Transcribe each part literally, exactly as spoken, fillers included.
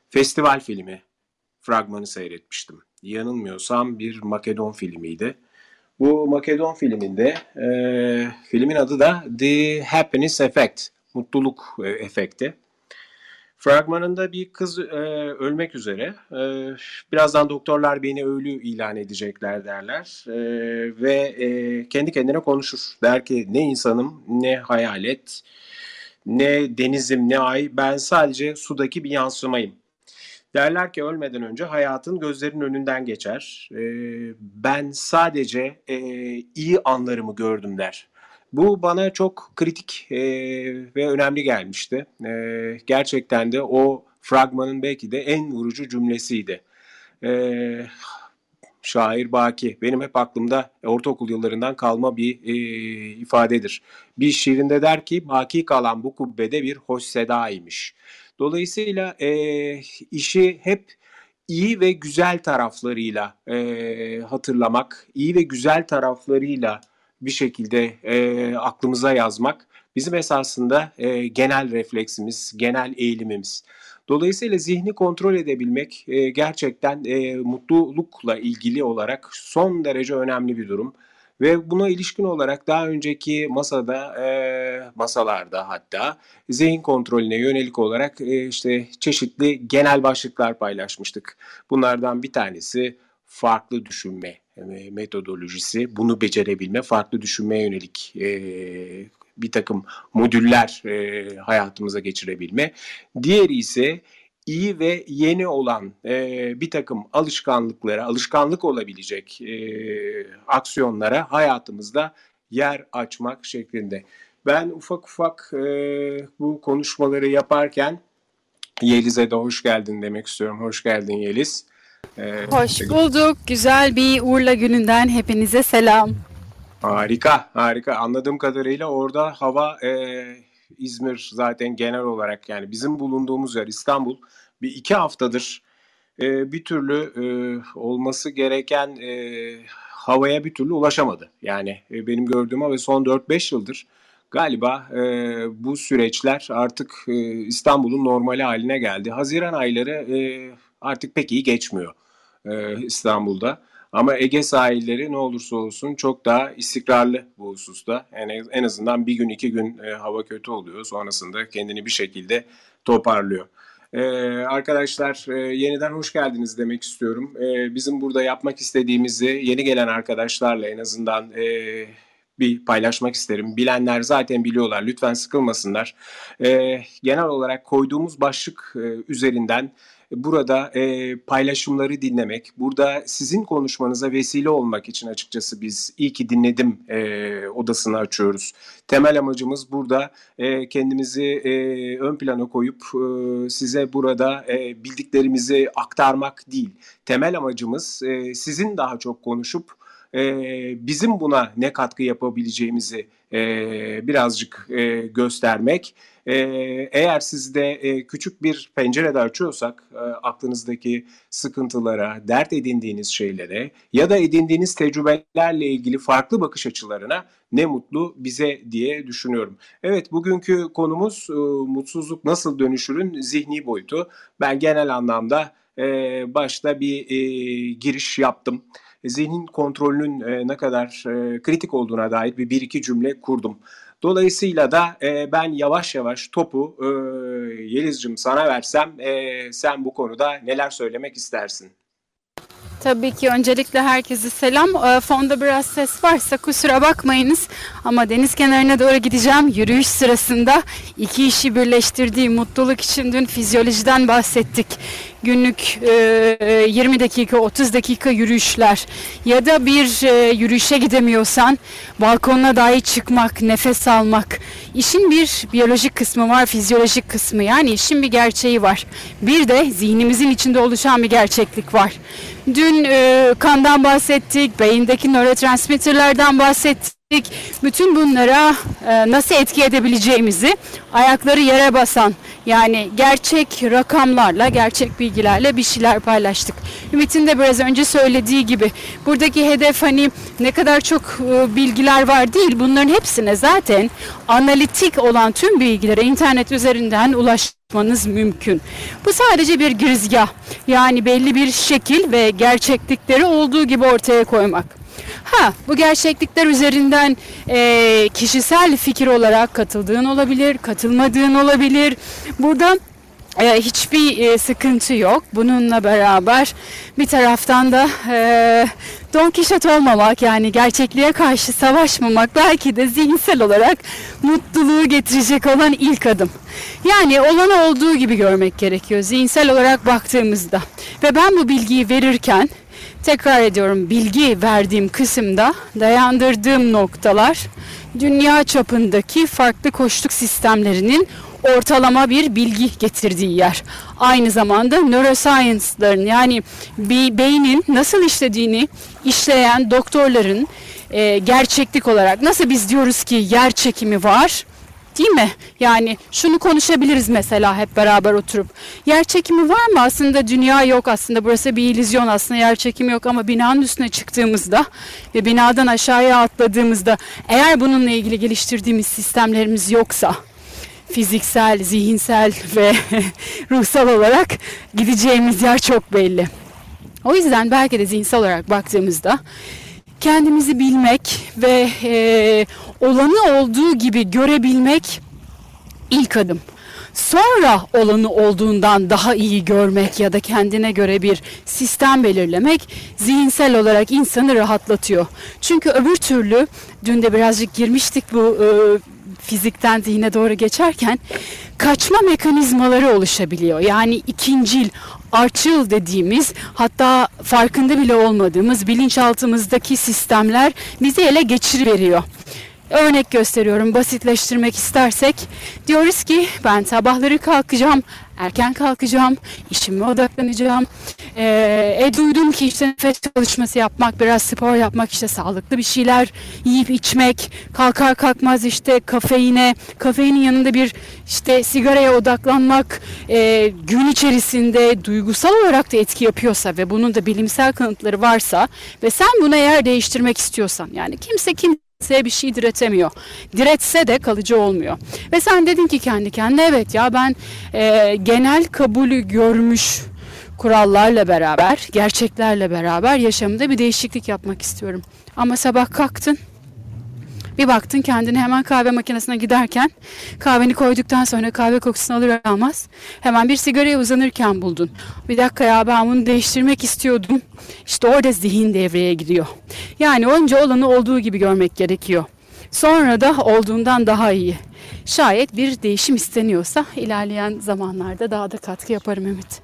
festival filmi fragmanı seyretmiştim. Yanılmıyorsam bir Makedon filmiydi. Bu Makedon filminde e, filmin adı da The Happiness Effect, mutluluk e, efekti. Fragmanında bir kız e, ölmek üzere. E, birazdan doktorlar beni ölü ilan edecekler derler. E, ve e, kendi kendine konuşur. Der ki ne insanım, ne hayalet, ne denizim, ne ay. Ben sadece sudaki bir yansımayım. Derler ki ölmeden önce hayatın gözlerinin önünden geçer. E, ben sadece e, iyi anlarımı gördüm der. Bu bana çok kritik e, ve önemli gelmişti. E, gerçekten de o fragmanın belki de en vurucu cümlesiydi. E, Şair Baki. Benim hep aklımda ortaokul yıllarından kalma bir e, ifadedir. Bir şiirinde der ki baki kalan bu kubbede bir hoş sedaymış. Dolayısıyla e, işi hep iyi ve güzel taraflarıyla e, hatırlamak, iyi ve güzel taraflarıyla bir şekilde e, aklımıza yazmak bizim esasında e, genel refleksimiz, genel eğilimimiz. Dolayısıyla zihni kontrol edebilmek e, gerçekten e, mutlulukla ilgili olarak son derece önemli bir durum. Ve buna ilişkin olarak daha önceki masada, e, masalarda hatta zihin kontrolüne yönelik olarak e, işte çeşitli genel başlıklar paylaşmıştık. Bunlardan bir tanesi farklı düşünme e, metodolojisi, bunu becerebilme, farklı düşünmeye yönelik e, bir takım modüller e, hayatımıza geçirebilme. Diğeri ise iyi ve yeni olan e, bir takım alışkanlıklara, alışkanlık olabilecek e, aksiyonlara hayatımızda yer açmak şeklinde. Ben ufak ufak e, bu konuşmaları yaparken Yeliz'e de hoş geldin demek istiyorum. Hoş geldin Yeliz. E, Hoş bulduk. Güzel bir Urla gününden hepinize selam. Harika, harika. Anladığım kadarıyla orada hava e, İzmir zaten genel olarak yani bizim bulunduğumuz yer İstanbul bir iki haftadır e, bir türlü e, olması gereken e, havaya bir türlü ulaşamadı. Yani e, benim gördüğüm hava son dört beş yıldır galiba e, bu süreçler artık e, İstanbul'un normali haline geldi. Haziran ayları e, artık pek iyi geçmiyor e, İstanbul'da. Ama Ege sahilleri ne olursa olsun çok daha istikrarlı bu hususta. Yani en azından bir gün iki gün e, hava kötü oluyor. Sonrasında kendini bir şekilde toparlıyor. Ee, arkadaşlar e, yeniden hoş geldiniz demek istiyorum. Ee, bizim burada yapmak istediğimizi yeni gelen arkadaşlarla en azından e, bir paylaşmak isterim. Bilenler zaten biliyorlar. Lütfen sıkılmasınlar. Ee, genel olarak koyduğumuz başlık e, üzerinden burada e, paylaşımları dinlemek, burada sizin konuşmanıza vesile olmak için açıkçası biz iyi ki dinledim e, odasını açıyoruz. Temel amacımız burada e, kendimizi e, ön plana koyup e, size burada e, bildiklerimizi aktarmak değil. Temel amacımız e, sizin daha çok konuşup e, bizim buna ne katkı yapabileceğimizi e, birazcık e, göstermek. E, eğer siz de e, küçük bir pencerede açıyorsak e, aklınızdaki sıkıntılara, dert edindiğiniz şeylere ya da edindiğiniz tecrübelerle ilgili farklı bakış açılarına ne mutlu bize diye düşünüyorum. Evet, bugünkü konumuz e, mutsuzluk nasıl dönüşürün zihni boyutu. Ben genel anlamda e, başta bir e, giriş yaptım. Zihnin kontrolünün e, ne kadar e, kritik olduğuna dair bir, bir iki cümle kurdum. Dolayısıyla da e, ben yavaş yavaş topu e, Yeliz'cim sana versem e, sen bu konuda neler söylemek istersin? Tabii ki öncelikle herkese selam. Ee, Fonda biraz ses varsa kusura bakmayınız. Ama deniz kenarına doğru gideceğim. Yürüyüş sırasında iki işi birleştirdiği mutluluk için dün fizyolojiden bahsettik. Günlük e, yirmi dakika otuz dakika yürüyüşler ya da bir e, yürüyüşe gidemiyorsan balkonuna dahi çıkmak, nefes almak. İşin bir biyolojik kısmı var, fizyolojik kısmı, yani işin bir gerçeği var. Bir de zihnimizin içinde oluşan bir gerçeklik var. Dün e, kandan bahsettik, beyindeki nörotransmitterlerden bahsettik. Bütün bunlara e, nasıl etki edebileceğimizi ayakları yere basan, yani gerçek rakamlarla, gerçek bilgilerle bir şeyler paylaştık. Ümit'in de biraz önce söylediği gibi buradaki hedef hani ne kadar çok e, bilgiler var değil, bunların hepsine zaten analitik olan tüm bilgilere internet üzerinden ulaştık. yapmanız mümkün. Bu sadece bir girizgah. Yani belli bir şekil ve gerçeklikleri olduğu gibi ortaya koymak. Ha, bu gerçeklikler üzerinden e, kişisel fikir olarak katıldığın olabilir, katılmadığın olabilir. Burada e, hiçbir e, sıkıntı yok. Bununla beraber bir taraftan da e, Don Kişot olmamak, yani gerçekliğe karşı savaşmamak belki de zihinsel olarak mutluluğu getirecek olan ilk adım. Yani olanı olduğu gibi görmek gerekiyor zihinsel olarak baktığımızda. Ve ben bu bilgiyi verirken, tekrar ediyorum, bilgi verdiğim kısımda dayandırdığım noktalar dünya çapındaki farklı koçluk sistemlerinin ortalama bir bilgi getirdiği yer. Aynı zamanda neuroscience'ların, yani bir beynin nasıl işlediğini işleyen doktorların e, gerçeklik olarak, nasıl biz diyoruz ki yer çekimi var, değil mi? Yani şunu konuşabiliriz mesela hep beraber oturup. Yer çekimi var mı? Aslında dünya yok. Aslında burası bir illüzyon. Aslında yer çekimi yok ama binanın üstüne çıktığımızda ve binadan aşağıya atladığımızda, eğer bununla ilgili geliştirdiğimiz sistemlerimiz yoksa, fiziksel, zihinsel ve ruhsal olarak gideceğimiz yer çok belli. O yüzden belki de zihinsel olarak baktığımızda kendimizi bilmek ve e, olanı olduğu gibi görebilmek ilk adım. Sonra olanı olduğundan daha iyi görmek ya da kendine göre bir sistem belirlemek zihinsel olarak insanı rahatlatıyor. Çünkü öbür türlü, dün de birazcık girmiştik bu e, fizikten zihne doğru geçerken, kaçma mekanizmaları oluşabiliyor. Yani ikincil, artçıl dediğimiz, hatta farkında bile olmadığımız bilinçaltımızdaki sistemler bizi ele geçiriveriyor. Örnek gösteriyorum, basitleştirmek istersek diyoruz ki ben sabahları kalkacağım, erken kalkacağım, işime odaklanacağım. Ee, e, duydum ki işte nefes çalışması yapmak, biraz spor yapmak, işte sağlıklı bir şeyler yiyip içmek, kalkar kalkmaz işte kafeine, kafeinin yanında bir işte sigaraya odaklanmak e, gün içerisinde duygusal olarak da etki yapıyorsa ve bunun da bilimsel kanıtları varsa ve sen bunu eğer değiştirmek istiyorsan, yani kimse kim Kimseye bir şey diretemiyor. Diretse de kalıcı olmuyor. Ve sen dedin ki kendi kendine, evet ya ben e, genel kabulü görmüş kurallarla beraber, gerçeklerle beraber yaşamımda bir değişiklik yapmak istiyorum. Ama sabah kalktın, bir baktın kendini hemen kahve makinesine giderken, kahveni koyduktan sonra kahve kokusunu alır almaz hemen bir sigaraya uzanırken buldun. Bir dakika ya, ben bunu değiştirmek istiyordum. İşte orada zihin devreye giriyor. Yani önce olanı olduğu gibi görmek gerekiyor. Sonra da olduğundan daha iyi. Şayet bir değişim isteniyorsa ilerleyen zamanlarda daha da katkı yaparım Ümit.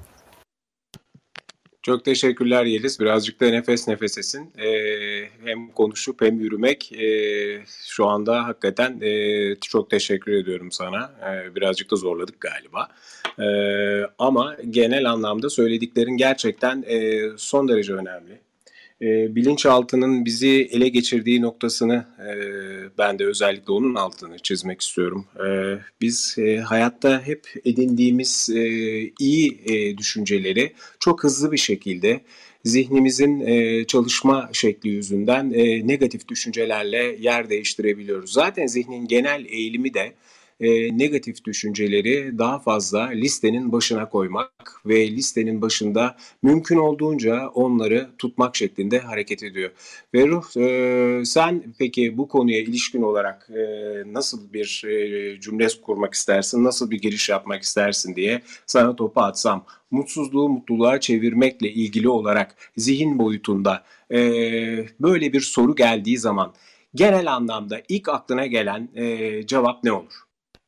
Çok teşekkürler Yeliz. Birazcık da nefes nefesesin. Ee, hem konuşup hem yürümek. Ee, şu anda hakikaten e, çok teşekkür ediyorum sana. Ee, birazcık da zorladık galiba. Ee, ama genel anlamda söylediklerin gerçekten e, son derece önemli. E, bilinçaltının bizi ele geçirdiği noktasını e, ben de özellikle onun altını çizmek istiyorum. E, biz e, hayatta hep edindiğimiz e, iyi e, düşünceleri çok hızlı bir şekilde zihnimizin e, çalışma şekli yüzünden e, negatif düşüncelerle yer değiştirebiliyoruz. Zaten zihnin genel eğilimi de e, negatif düşünceleri daha fazla listenin başına koymak ve listenin başında mümkün olduğunca onları tutmak şeklinde hareket ediyor. Ve Ruh, e, sen peki bu konuya ilişkin olarak e, nasıl bir e, cümle kurmak istersin, nasıl bir giriş yapmak istersin diye sana topu atsam. Mutsuzluğu mutluluğa çevirmekle ilgili olarak zihin boyutunda e, böyle bir soru geldiği zaman genel anlamda ilk aklına gelen e, cevap ne olur?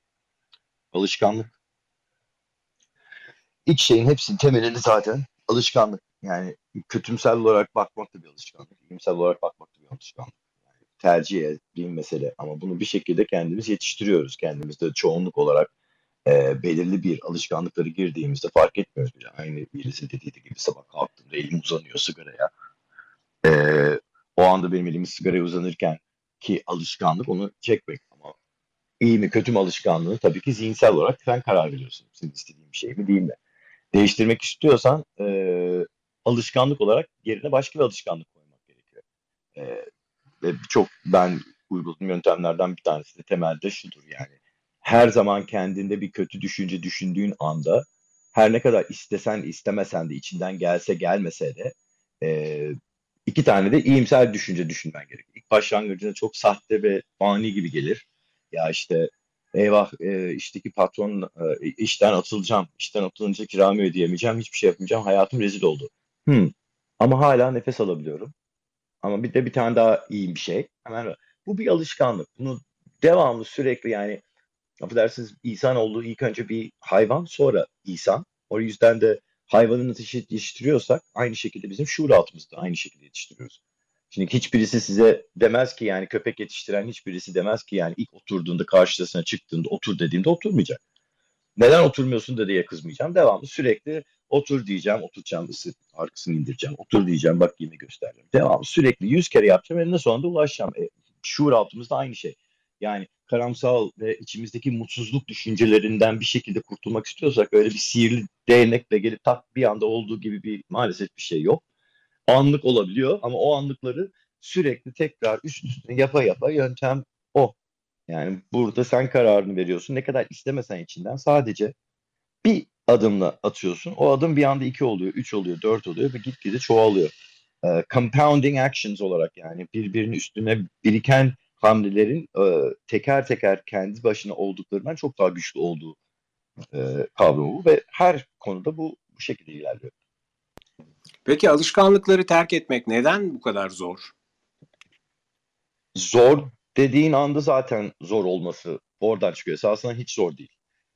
Alışkanlık. İlk şeyin hepsinin temelinde zaten alışkanlık. Yani kötümsel olarak bakmak da bir alışkanlık. İyimser olarak bakmak da bir alışkanlık. Yani tercih ettiğim mesele. Ama bunu bir şekilde kendimiz yetiştiriyoruz. Kendimizde çoğunluk olarak e, belirli bir alışkanlıkları girdiğimizde fark etmiyoruz bile. Aynı birisi dediği gibi sabah kalktığımda elim uzanıyor sigaraya. E, O anda benim elim sigaraya uzanırken ki alışkanlık onu çekmek. Ama iyi mi kötü mü alışkanlığı tabii ki zihinsel olarak sen karar veriyorsun. Senin istediğin bir şey mi değil mi? Değiştirmek istiyorsan eee, alışkanlık olarak yerine başka bir alışkanlık koymak gerekiyor. Eee, Ve çok ben uyguladığım yöntemlerden bir tanesi de temelde şudur yani. her zaman kendinde bir kötü düşünce düşündüğün anda her ne kadar istesen istemesen de içinden gelse gelmese de e, iki tane de iyimser düşünce düşünmen gerekiyor. İlk başlangıcında çok sahte ve fani gibi gelir. Ya işte eyvah e, işteki patron e, işten atılacağım. İşten atılınca kiramı ödeyemeyeceğim. Hiçbir şey yapmayacağım. Hayatım rezil oldu. Hmm. Ama hala nefes alabiliyorum. Ama bir de bir tane daha iyi bir şey. Hemen bu bir alışkanlık. Bunu devamlı sürekli yani affedersiniz insan olduğu ilk önce bir hayvan sonra insan. O yüzden de hayvanı nasıl yetiştiriyorsak aynı şekilde bizim şuur altımızda aynı şekilde yetiştiriyoruz. Şimdi hiçbirisi size demez ki yani köpek yetiştiren hiçbirisi demez ki yani ilk oturduğunda karşısına çıktığında otur dediğimde oturmayacak. Neden oturmuyorsun da diye kızmayacağım. Devamlı sürekli otur diyeceğim, oturacağım, ısır, arkasını indireceğim. Otur diyeceğim, bak yine göstereceğim. Devamlı sürekli yüz kere yapacağım. Eninde sonunda ulaşacağım. E, şuur altımızda aynı şey. Yani karamsal ve içimizdeki mutsuzluk düşüncelerinden bir şekilde kurtulmak istiyorsak öyle bir sihirli değnekle gelip tak bir anda olduğu gibi bir maalesef bir şey yok. Anlık olabiliyor ama o anlıkları sürekli tekrar üst üste yapa yapa yöntem o. Yani burada sen kararını veriyorsun. Ne kadar istemesen içinden sadece bir adımla atıyorsun. O adım bir anda iki oluyor, üç oluyor, dört oluyor ve gitgide çoğalıyor. Ee, compounding actions olarak yani birbirinin üstüne biriken hamlelerin e, teker teker kendi başına olduklarından çok daha güçlü olduğu e, kavramı bu ve her konuda bu bu şekilde ilerliyor. Peki alışkanlıkları terk etmek neden bu kadar zor? Zor dediğin anda zaten zor olması oradan çıkıyor. Esasında hiç zor değil.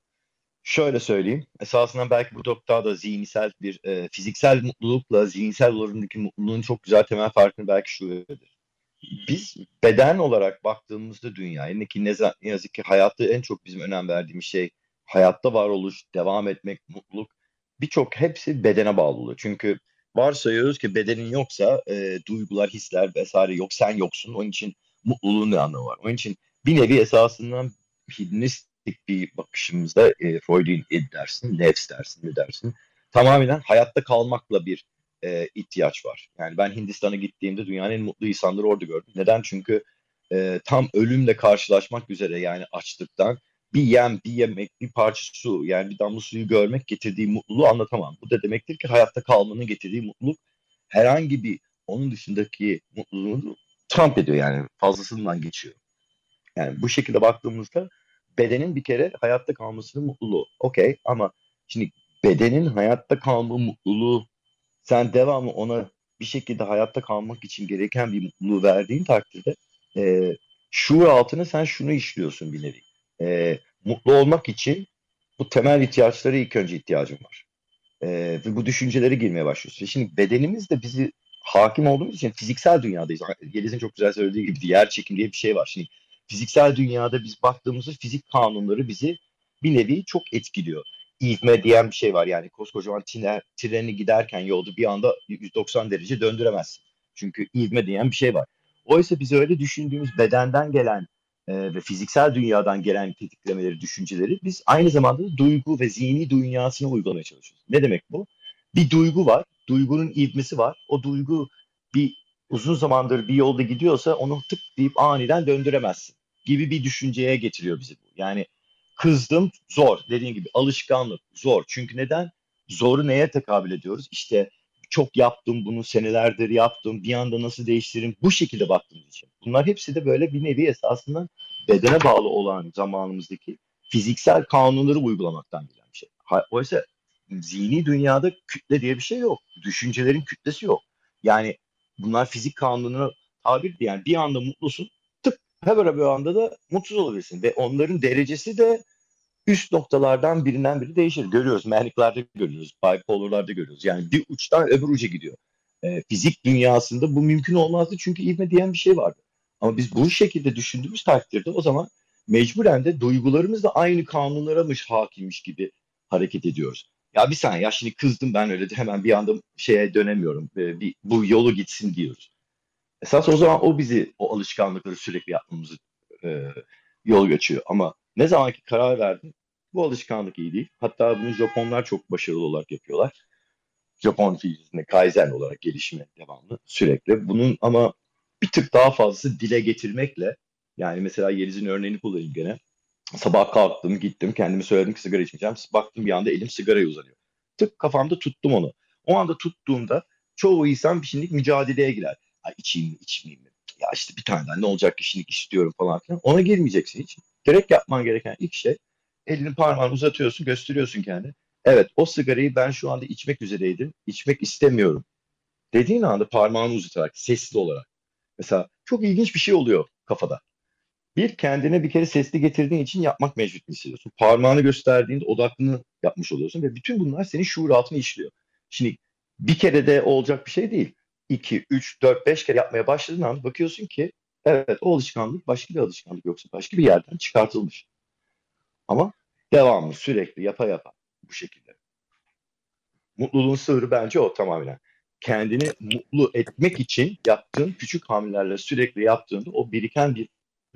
Şöyle söyleyeyim. Esasında belki bu noktada da zihinsel bir e, fiziksel mutlulukla zihinsel olanındaki mutluluğun çok güzel temel farkını belki şudur. Biz beden olarak baktığımızda dünyaya ne ki ne, za- ne yazık ki hayatta en çok bizim önem verdiğimiz şey hayatta varoluş, devam etmek, mutluluk birçok hepsi bedene bağlı oluyor. Çünkü varsayıyoruz ki bedenin yoksa e, duygular, hisler vesaire yok sen yoksun. Onun için mutluluğun ne anlamı var? Onun için bir nevi esasından hedonistik bir bakışımızda e, Freud'un id dersin, nefs dersin, ne dersin? Tamamen hayatta kalmakla bir e, ihtiyaç var. Yani ben Hindistan'a gittiğimde dünyanın en mutlu insanları orada gördüm. Neden? Çünkü e, tam ölümle karşılaşmak üzere yani açlıktan bir yem, bir yemek, bir parça su yani bir damla suyu görmek getirdiği mutluluğu anlatamam. Bu da demektir ki hayatta kalmanın getirdiği mutluluk herhangi bir onun dışındaki mutluluğu trump ediyor yani fazlasından geçiyor. Yani bu şekilde baktığımızda bedenin bir kere hayatta kalmasının mutluluğu. Okey ama şimdi bedenin hayatta kalma mutluluğu sen devamlı ona bir şekilde hayatta kalmak için gereken bir mutluluğu verdiğin takdirde e, şuur altına sen şunu işliyorsun bir nevi. E, mutlu olmak için bu temel ihtiyaçlara ilk önce ihtiyacım var. E, ve bu düşüncelere girmeye başlıyorsun. Şimdi bedenimiz de bizi hakim olduğumuz için fiziksel dünyadayız. Yeliz'in çok güzel söylediği gibi yer çekim diye bir şey var. Şimdi fiziksel dünyada biz baktığımızda fizik kanunları bizi bir nevi çok etkiliyor. İvme diyen bir şey var. Yani koskocaman tiner, treni giderken yolda bir anda yüz doksan derece döndüremezsin. Çünkü ivme diyen bir şey var. Oysa biz öyle düşündüğümüz bedenden gelen e, ve fiziksel dünyadan gelen tetiklemeleri, düşünceleri biz aynı zamanda da duygu ve zihni dünyasına uygulamaya çalışıyoruz. Ne demek bu? Bir duygu var, duygunun ivmesi var. O duygu bir uzun zamandır bir yolda gidiyorsa onu tık deyip aniden döndüremezsin gibi bir düşünceye getiriyor bizi bu. Yani kızdım zor dediğin gibi alışkanlık zor. Çünkü neden? Zoru neye tekabül ediyoruz? İşte çok yaptım bunu senelerdir yaptım bir anda nasıl değiştiririm bu şekilde baktığımız için. Bunlar hepsi de böyle bir nevi esasında bedene bağlı olan zamanımızdaki fiziksel kanunları uygulamaktan gelen bir şey. Ha- Oysa zihni dünyada kütle diye bir şey yok. Düşüncelerin kütlesi yok. Yani bunlar fizik kanununa tabir değil. Yani bir anda mutlusun, tık hemen bir anda da mutsuz olabilirsin. Ve onların derecesi de üst noktalardan birinden biri değişir. Görüyoruz, maniklerde görüyoruz, bipolarlarda görüyoruz. Yani bir uçtan öbür uca gidiyor. Ee, fizik dünyasında bu mümkün olmazdı çünkü ivme diyen bir şey vardı. Ama biz bu şekilde düşündüğümüz takdirde o zaman mecburen de duygularımız da aynı kanunlaramış hakimmiş gibi hareket ediyoruz. Ya bir saniye ya şimdi kızdım ben öyle de hemen bir anda şeye dönemiyorum. Ee, bir, bu yolu gitsin diyoruz. Esas o zaman o bizi o alışkanlıkları sürekli yapmamızı e, yol geçiyor. Ama ne zaman ki karar verdim bu alışkanlık iyi değil. Hatta bunu Japonlar çok başarılı olarak yapıyorlar. Japon fiilinde Kaizen olarak gelişime devamlı sürekli. Bunun ama bir tık daha fazlası dile getirmekle yani mesela Yeliz'in örneğini kullanayım gene. Sabah kalktım, gittim, kendime söyledim ki sigara içmeyeceğim. Baktım bir anda elim sigaraya uzanıyor. Tık kafamda tuttum onu. O anda tuttuğumda çoğu insan bir şimdilik mücadeleye girer. Ay içeyim mi, içmeyeyim mi? Ya işte bir tane daha ne olacak ki şimdilik istiyorum falan filan. Ona girmeyeceksin hiç. Direkt yapman gereken ilk şey elini parmağını uzatıyorsun, gösteriyorsun kendini. Evet o sigarayı ben şu anda içmek üzereydim. İçmek istemiyorum. Dediğin anda parmağını uzatarak, sesli olarak. Mesela çok ilginç bir şey oluyor kafada. Bir, kendine bir kere sesli getirdiğin için yapmak mecburiyetini hissediyorsun. Parmağını gösterdiğinde odaklını yapmış oluyorsun ve bütün bunlar senin şuur altına işliyor. Şimdi bir kere de olacak bir şey değil. iki, üç, dört, beş kere yapmaya başladığın anda bakıyorsun ki evet o alışkanlık başka bir alışkanlık yoksa başka bir yerden çıkartılmış. Ama devamlı sürekli yapa yapa bu şekilde. Mutluluğun sırrı bence o tamamen. Kendini mutlu etmek için yaptığın küçük hamlelerle sürekli yaptığında o biriken bir.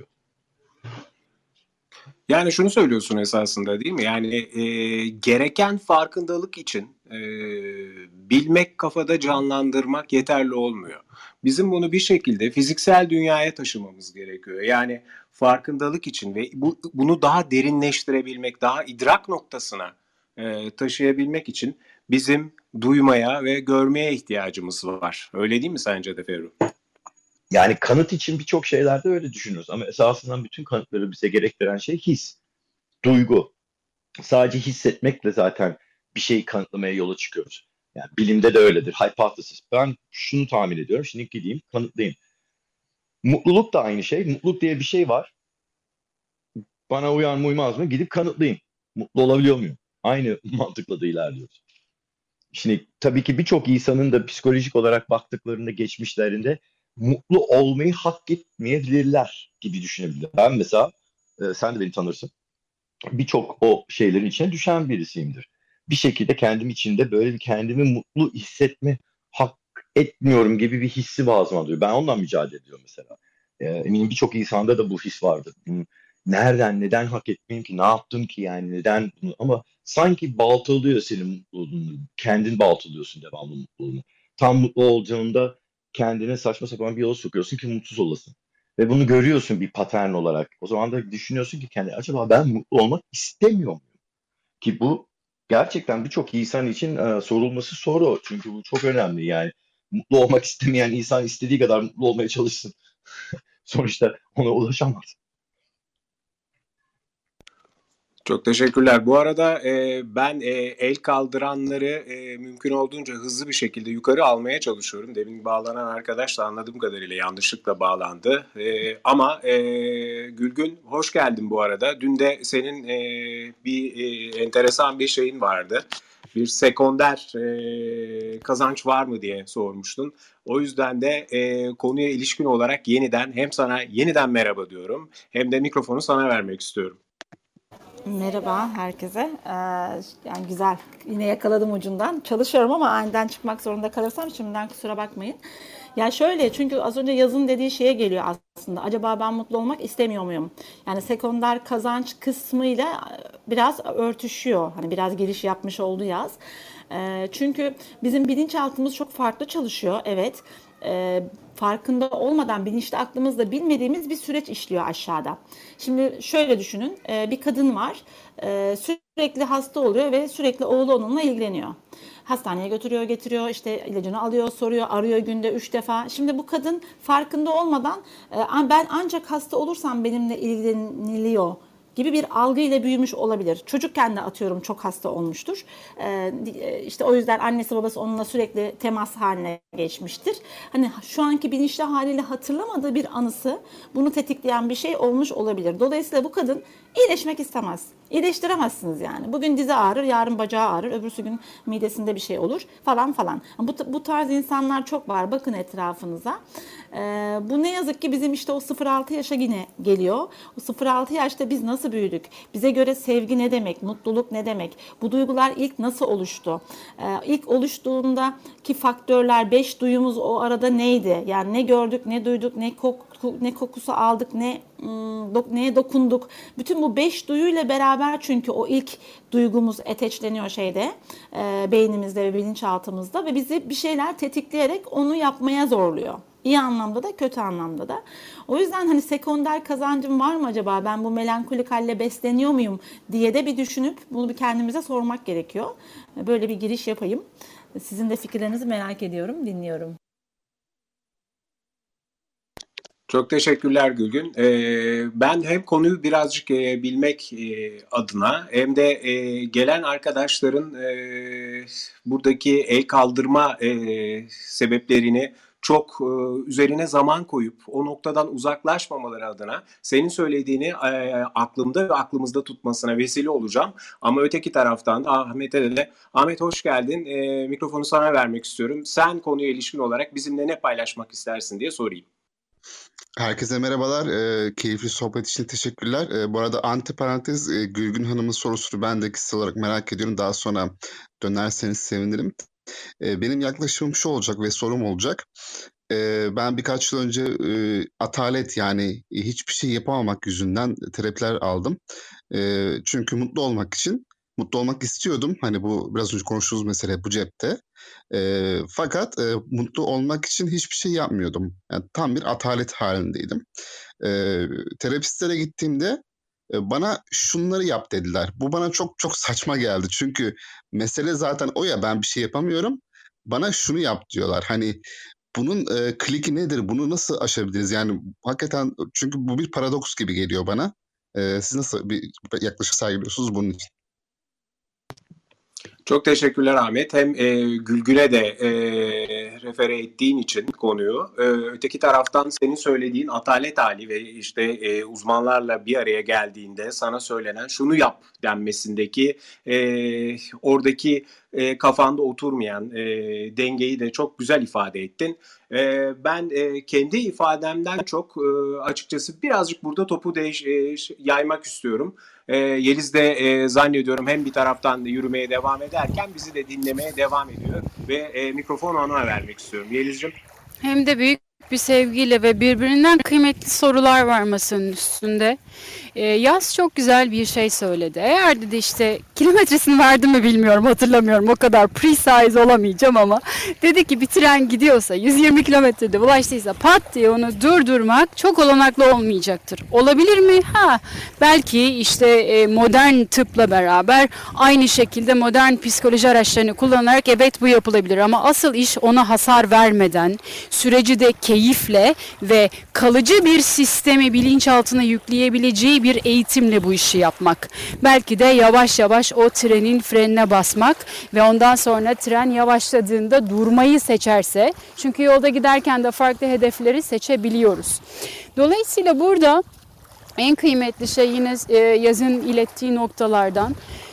Yani şunu söylüyorsun esasında değil mi? Yani e, gereken farkındalık için e, bilmek, kafada canlandırmak yeterli olmuyor. Bizim bunu bir şekilde fiziksel dünyaya taşımamız gerekiyor. Yani farkındalık için ve bu, bunu daha derinleştirebilmek, daha idrak noktasına e, taşıyabilmek için bizim duymaya ve görmeye ihtiyacımız var. Öyle değil mi sence de Ferru? Yani kanıt için birçok şeylerde öyle düşünüyoruz ama esasında bütün kanıtları bize gerektiren şey his, duygu. Sadece hissetmekle zaten bir şeyi kanıtlamaya yola çıkıyoruz. Yani bilimde de öyledir. Hypothesis. Ben şunu tahmin ediyorum. Şimdi gideyim kanıtlayayım. Mutluluk da aynı şey. Mutluluk diye bir şey var. Bana uyar mı uymaz mı? Gidip kanıtlayayım. Mutlu olabiliyor muyum? Aynı mantıkla da ilerliyoruz. Şimdi tabii ki birçok insanın da psikolojik olarak baktıklarında geçmişlerinde mutlu olmayı hak etmeyebilirler gibi düşünebilirler. Ben mesela, e, sen de beni tanırsın. Birçok o şeylerin içine düşen birisiyimdir. Bir şekilde kendim içinde böyle bir kendimi mutlu hissetme hak etmiyorum gibi bir hissi bazen oluyor. Ben ondan mücadele ediyorum mesela. Ee, eminim birçok insanda da bu his vardır. Hmm, Nereden, neden hak etmeyeyim ki? Ne yaptım ki yani? Neden bunu? Ama sanki baltalıyor senin mutluluğunu. Kendin baltalıyorsun devamlı mutluluğunu. Tam mutlu olacağında kendine saçma sapan bir yola sokuyorsun ki mutsuz olasın. Ve bunu görüyorsun bir patern olarak. O zaman da düşünüyorsun ki kendi acaba ben mutlu olmak istemiyor muyum? Ki bu gerçekten birçok insan için e, sorulması soru. Çünkü bu çok önemli yani. Mutlu olmak istemeyen insan istediği kadar mutlu olmaya çalışsın. Sonuçta ona ulaşamaz. Çok teşekkürler. Bu arada e, ben e, el kaldıranları e, mümkün olduğunca hızlı bir şekilde yukarı almaya çalışıyorum. Demin bağlanan arkadaş da anladığım kadarıyla yanlışlıkla bağlandı. E, ama e, Gülgün hoş geldin bu arada. Dün de senin e, bir e, enteresan bir şeyin vardı. Bir sekonder e, kazanç var mı diye sormuştun. O yüzden de e, konuya ilişkin olarak yeniden hem sana yeniden merhaba diyorum hem de mikrofonu sana vermek istiyorum. Merhaba herkese. Ee, yani güzel. Yine yakaladım ucundan. Çalışıyorum ama aniden çıkmak zorunda kalırsam şimdiden kusura bakmayın. Ya şöyle çünkü az önce yazın dediği şeye geliyor aslında. Acaba ben mutlu olmak istemiyor muyum? Yani sekonder kazanç kısmıyla biraz örtüşüyor. Hani biraz giriş yapmış oldu yaz. Ee, çünkü bizim bilinçaltımız çok farklı çalışıyor. Evet. Ee, farkında olmadan bilinçli aklımızda bilmediğimiz bir süreç işliyor aşağıda. Şimdi şöyle düşünün, e, bir kadın var, e, sürekli hasta oluyor ve sürekli oğlu onunla ilgileniyor. Hastaneye götürüyor, getiriyor, işte ilacını alıyor, soruyor, arıyor günde üç defa. Şimdi bu kadın farkında olmadan e, ben ancak hasta olursam benimle ilgileniliyor gibi bir algı ile büyümüş olabilir. Çocukken de atıyorum çok hasta olmuştur. Ee, işte o yüzden annesi babası onunla sürekli temas haline geçmiştir. Hani şu anki bilinçli haliyle hatırlamadığı bir anısı bunu tetikleyen bir şey olmuş olabilir. Dolayısıyla bu kadın iyileşmek istemez. İyileştiremezsiniz yani. Bugün dizi ağrır, yarın bacağı ağrır, öbürsü gün midesinde bir şey olur falan falan. Bu, bu tarz insanlar çok var. Bakın etrafınıza. Ee, bu ne yazık ki bizim işte o sıfır altı yaşa yine geliyor. O sıfır altı yaşta biz nasıl büyüdük? Bize göre sevgi ne demek? Mutluluk ne demek? Bu duygular ilk nasıl oluştu? Ee, ilk oluştuğundaki faktörler, beş duyumuz o arada neydi? Yani ne gördük, ne duyduk, ne koku, ne kokusu aldık, ne ım, neye dokunduk? Bütün bu beş duyuyla beraber çünkü o ilk duygumuz ateşleniyor şeyde, e, beynimizde ve bilinçaltımızda ve bizi bir şeyler tetikleyerek onu yapmaya zorluyor. İyi anlamda da kötü anlamda da. O yüzden hani sekonder kazancım var mı acaba? Ben bu melankolik halle besleniyor muyum diye de bir düşünüp bunu bir kendimize sormak gerekiyor. Böyle bir giriş yapayım. Sizin de fikirlerinizi merak ediyorum, dinliyorum. Çok teşekkürler Gülgün. Ee, ben hem konuyu birazcık e, bilmek e, adına hem de e, gelen arkadaşların e, buradaki el kaldırma e, sebeplerini çok e, üzerine zaman koyup o noktadan uzaklaşmamaları adına senin söylediğini e, aklımda ve aklımızda tutmasına vesile olacağım. Ama öteki taraftan da Ahmet'e de Ahmet hoş geldin. E, mikrofonu sana vermek istiyorum. Sen konuya ilişkin olarak bizimle ne paylaşmak istersin diye sorayım. Herkese merhabalar. E, keyifli sohbet için teşekkürler. E, bu arada antiparantez e, Gülgün Hanım'ın sorusunu ben de kişisel olarak merak ediyorum. Daha sonra dönerseniz sevinirim. E, benim yaklaşımım şu olacak ve sorum olacak. E, ben birkaç yıl önce e, atalet yani e, hiçbir şey yapamamak yüzünden terapiler aldım. E, çünkü mutlu olmak için mutlu olmak istiyordum. Hani bu biraz önce konuştuğumuz mesele bu cepte. E, fakat e, mutlu olmak için hiçbir şey yapmıyordum. Yani tam bir atalet halindeydim. E, Terapistlere gittiğimde e, bana şunları yap dediler. Bu bana çok çok saçma geldi. Çünkü mesele zaten o ya, ben bir şey yapamıyorum. Bana şunu yap diyorlar. Hani bunun e, kliki nedir? Bunu nasıl aşabiliriz? Yani hakikaten çünkü bu bir paradoks gibi geliyor bana. E, siz nasıl bir yaklaşık sergiliyorsunuz bunun için? Çok teşekkürler Ahmet. Hem e, Gülgün'e de e, refere ettiğin için konuyu. E, öteki taraftan senin söylediğin atalet hali ve işte e, uzmanlarla bir araya geldiğinde sana söylenen şunu yap denmesindeki e, oradaki e, kafanda oturmayan e, dengeyi de çok güzel ifade ettin. E, ben e, kendi ifademden çok e, açıkçası birazcık burada topu değiş, e, yaymak istiyorum. E, Yeliz de e, zannediyorum hem bir taraftan da yürümeye devam ederken bizi de dinlemeye devam ediyor ve e, mikrofonu ona vermek istiyorum. Yeliz'cim. Hem de büyük bir sevgiyle ve birbirinden kıymetli sorular var masanın üstünde. Ee, Yaz çok güzel bir şey söyledi. Eğer dedi işte kilometresini verdi mi bilmiyorum, hatırlamıyorum, o kadar precise olamayacağım ama dedi ki bir tren gidiyorsa yüz yirmi kilometrede ulaştıysa pat diye onu durdurmak çok olanaklı olmayacaktır. Olabilir mi? Ha, belki işte e, modern tıpla beraber aynı şekilde modern psikoloji araçlarını kullanarak evet bu yapılabilir ama asıl iş ona hasar vermeden süreci de keyifle ve kalıcı bir sistemi bilinçaltına yükleyebileceği bir eğitimle bu işi yapmak. Belki de yavaş yavaş o trenin frenine basmak ve ondan sonra tren yavaşladığında durmayı seçerse, çünkü yolda giderken de farklı hedefleri seçebiliyoruz. Dolayısıyla burada en kıymetli şey yine e, Yaz'ın ilettiği noktalardan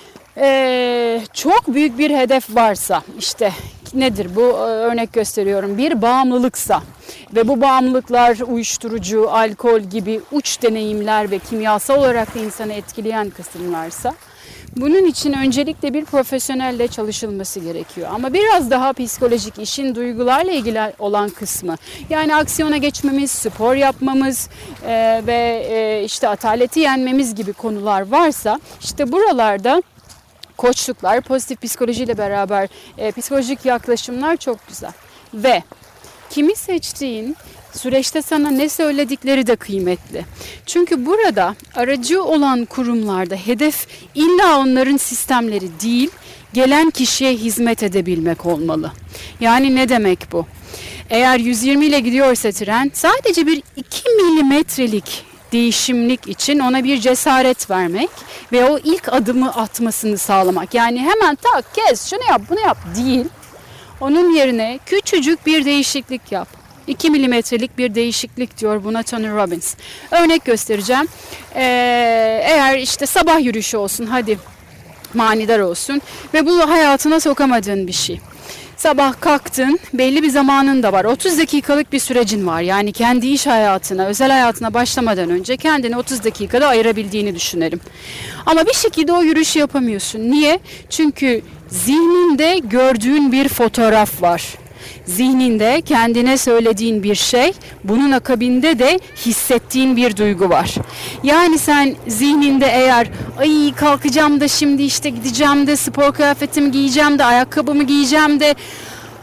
e, çok büyük bir hedef varsa, işte nedir bu, örnek gösteriyorum, bir bağımlılıksa ve bu bağımlılıklar uyuşturucu, alkol gibi uç deneyimler ve kimyasal olarak da insanı etkileyen kısımlarsa bunun için öncelikle bir profesyonelle çalışılması gerekiyor. Ama biraz daha psikolojik, işin duygularla ilgili olan kısmı, yani aksiyona geçmemiz, spor yapmamız e, ve e, işte ataleti yenmemiz gibi konular varsa işte buralarda koçluklar, pozitif psikolojiyle beraber e, psikolojik yaklaşımlar çok güzel. Ve kimi seçtiğin süreçte sana ne söyledikleri de kıymetli. Çünkü burada aracı olan kurumlarda hedef illa onların sistemleri değil, gelen kişiye hizmet edebilmek olmalı. Yani ne demek bu? Eğer yüz yirmi ile gidiyorsa tren, sadece bir iki milimetrelik değişimlik için ona bir cesaret vermek ve o ilk adımı atmasını sağlamak. Yani hemen tak kes şunu yap bunu yap değil. Onun yerine küçücük bir değişiklik yap. iki milimetrelik bir değişiklik diyor buna Tony Robbins. Örnek göstereceğim. Ee, eğer işte sabah yürüyüşü olsun, hadi manidar olsun ve bu hayatına sokamadığın bir şey. Sabah kalktın, belli bir zamanın da var. otuz dakikalık bir sürecin var. Yani kendi iş hayatına, özel hayatına başlamadan önce kendini otuz dakikada ayırabildiğini düşünelim. Ama bir şekilde o yürüyüşü yapamıyorsun. Niye? Çünkü zihninde gördüğün bir fotoğraf var. Zihninde kendine söylediğin bir şey, bunun akabinde de hissettiğin bir duygu var. Yani sen zihninde eğer ay kalkacağım da şimdi işte gideceğim de spor kıyafetimi giyeceğim de ayakkabımı giyeceğim de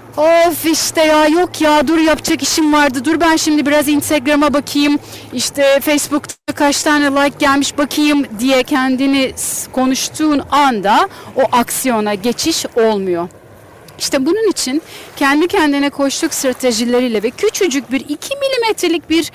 Of işte ya, yok ya, dur yapacak işim vardı, dur ben şimdi biraz Instagram'a bakayım, işte Facebook'ta kaç tane like gelmiş bakayım diye kendini s- konuştuğun anda o aksiyona geçiş olmuyor. İşte bunun için kendi kendine koştuk stratejileriyle ve küçücük bir iki milimetrelik bir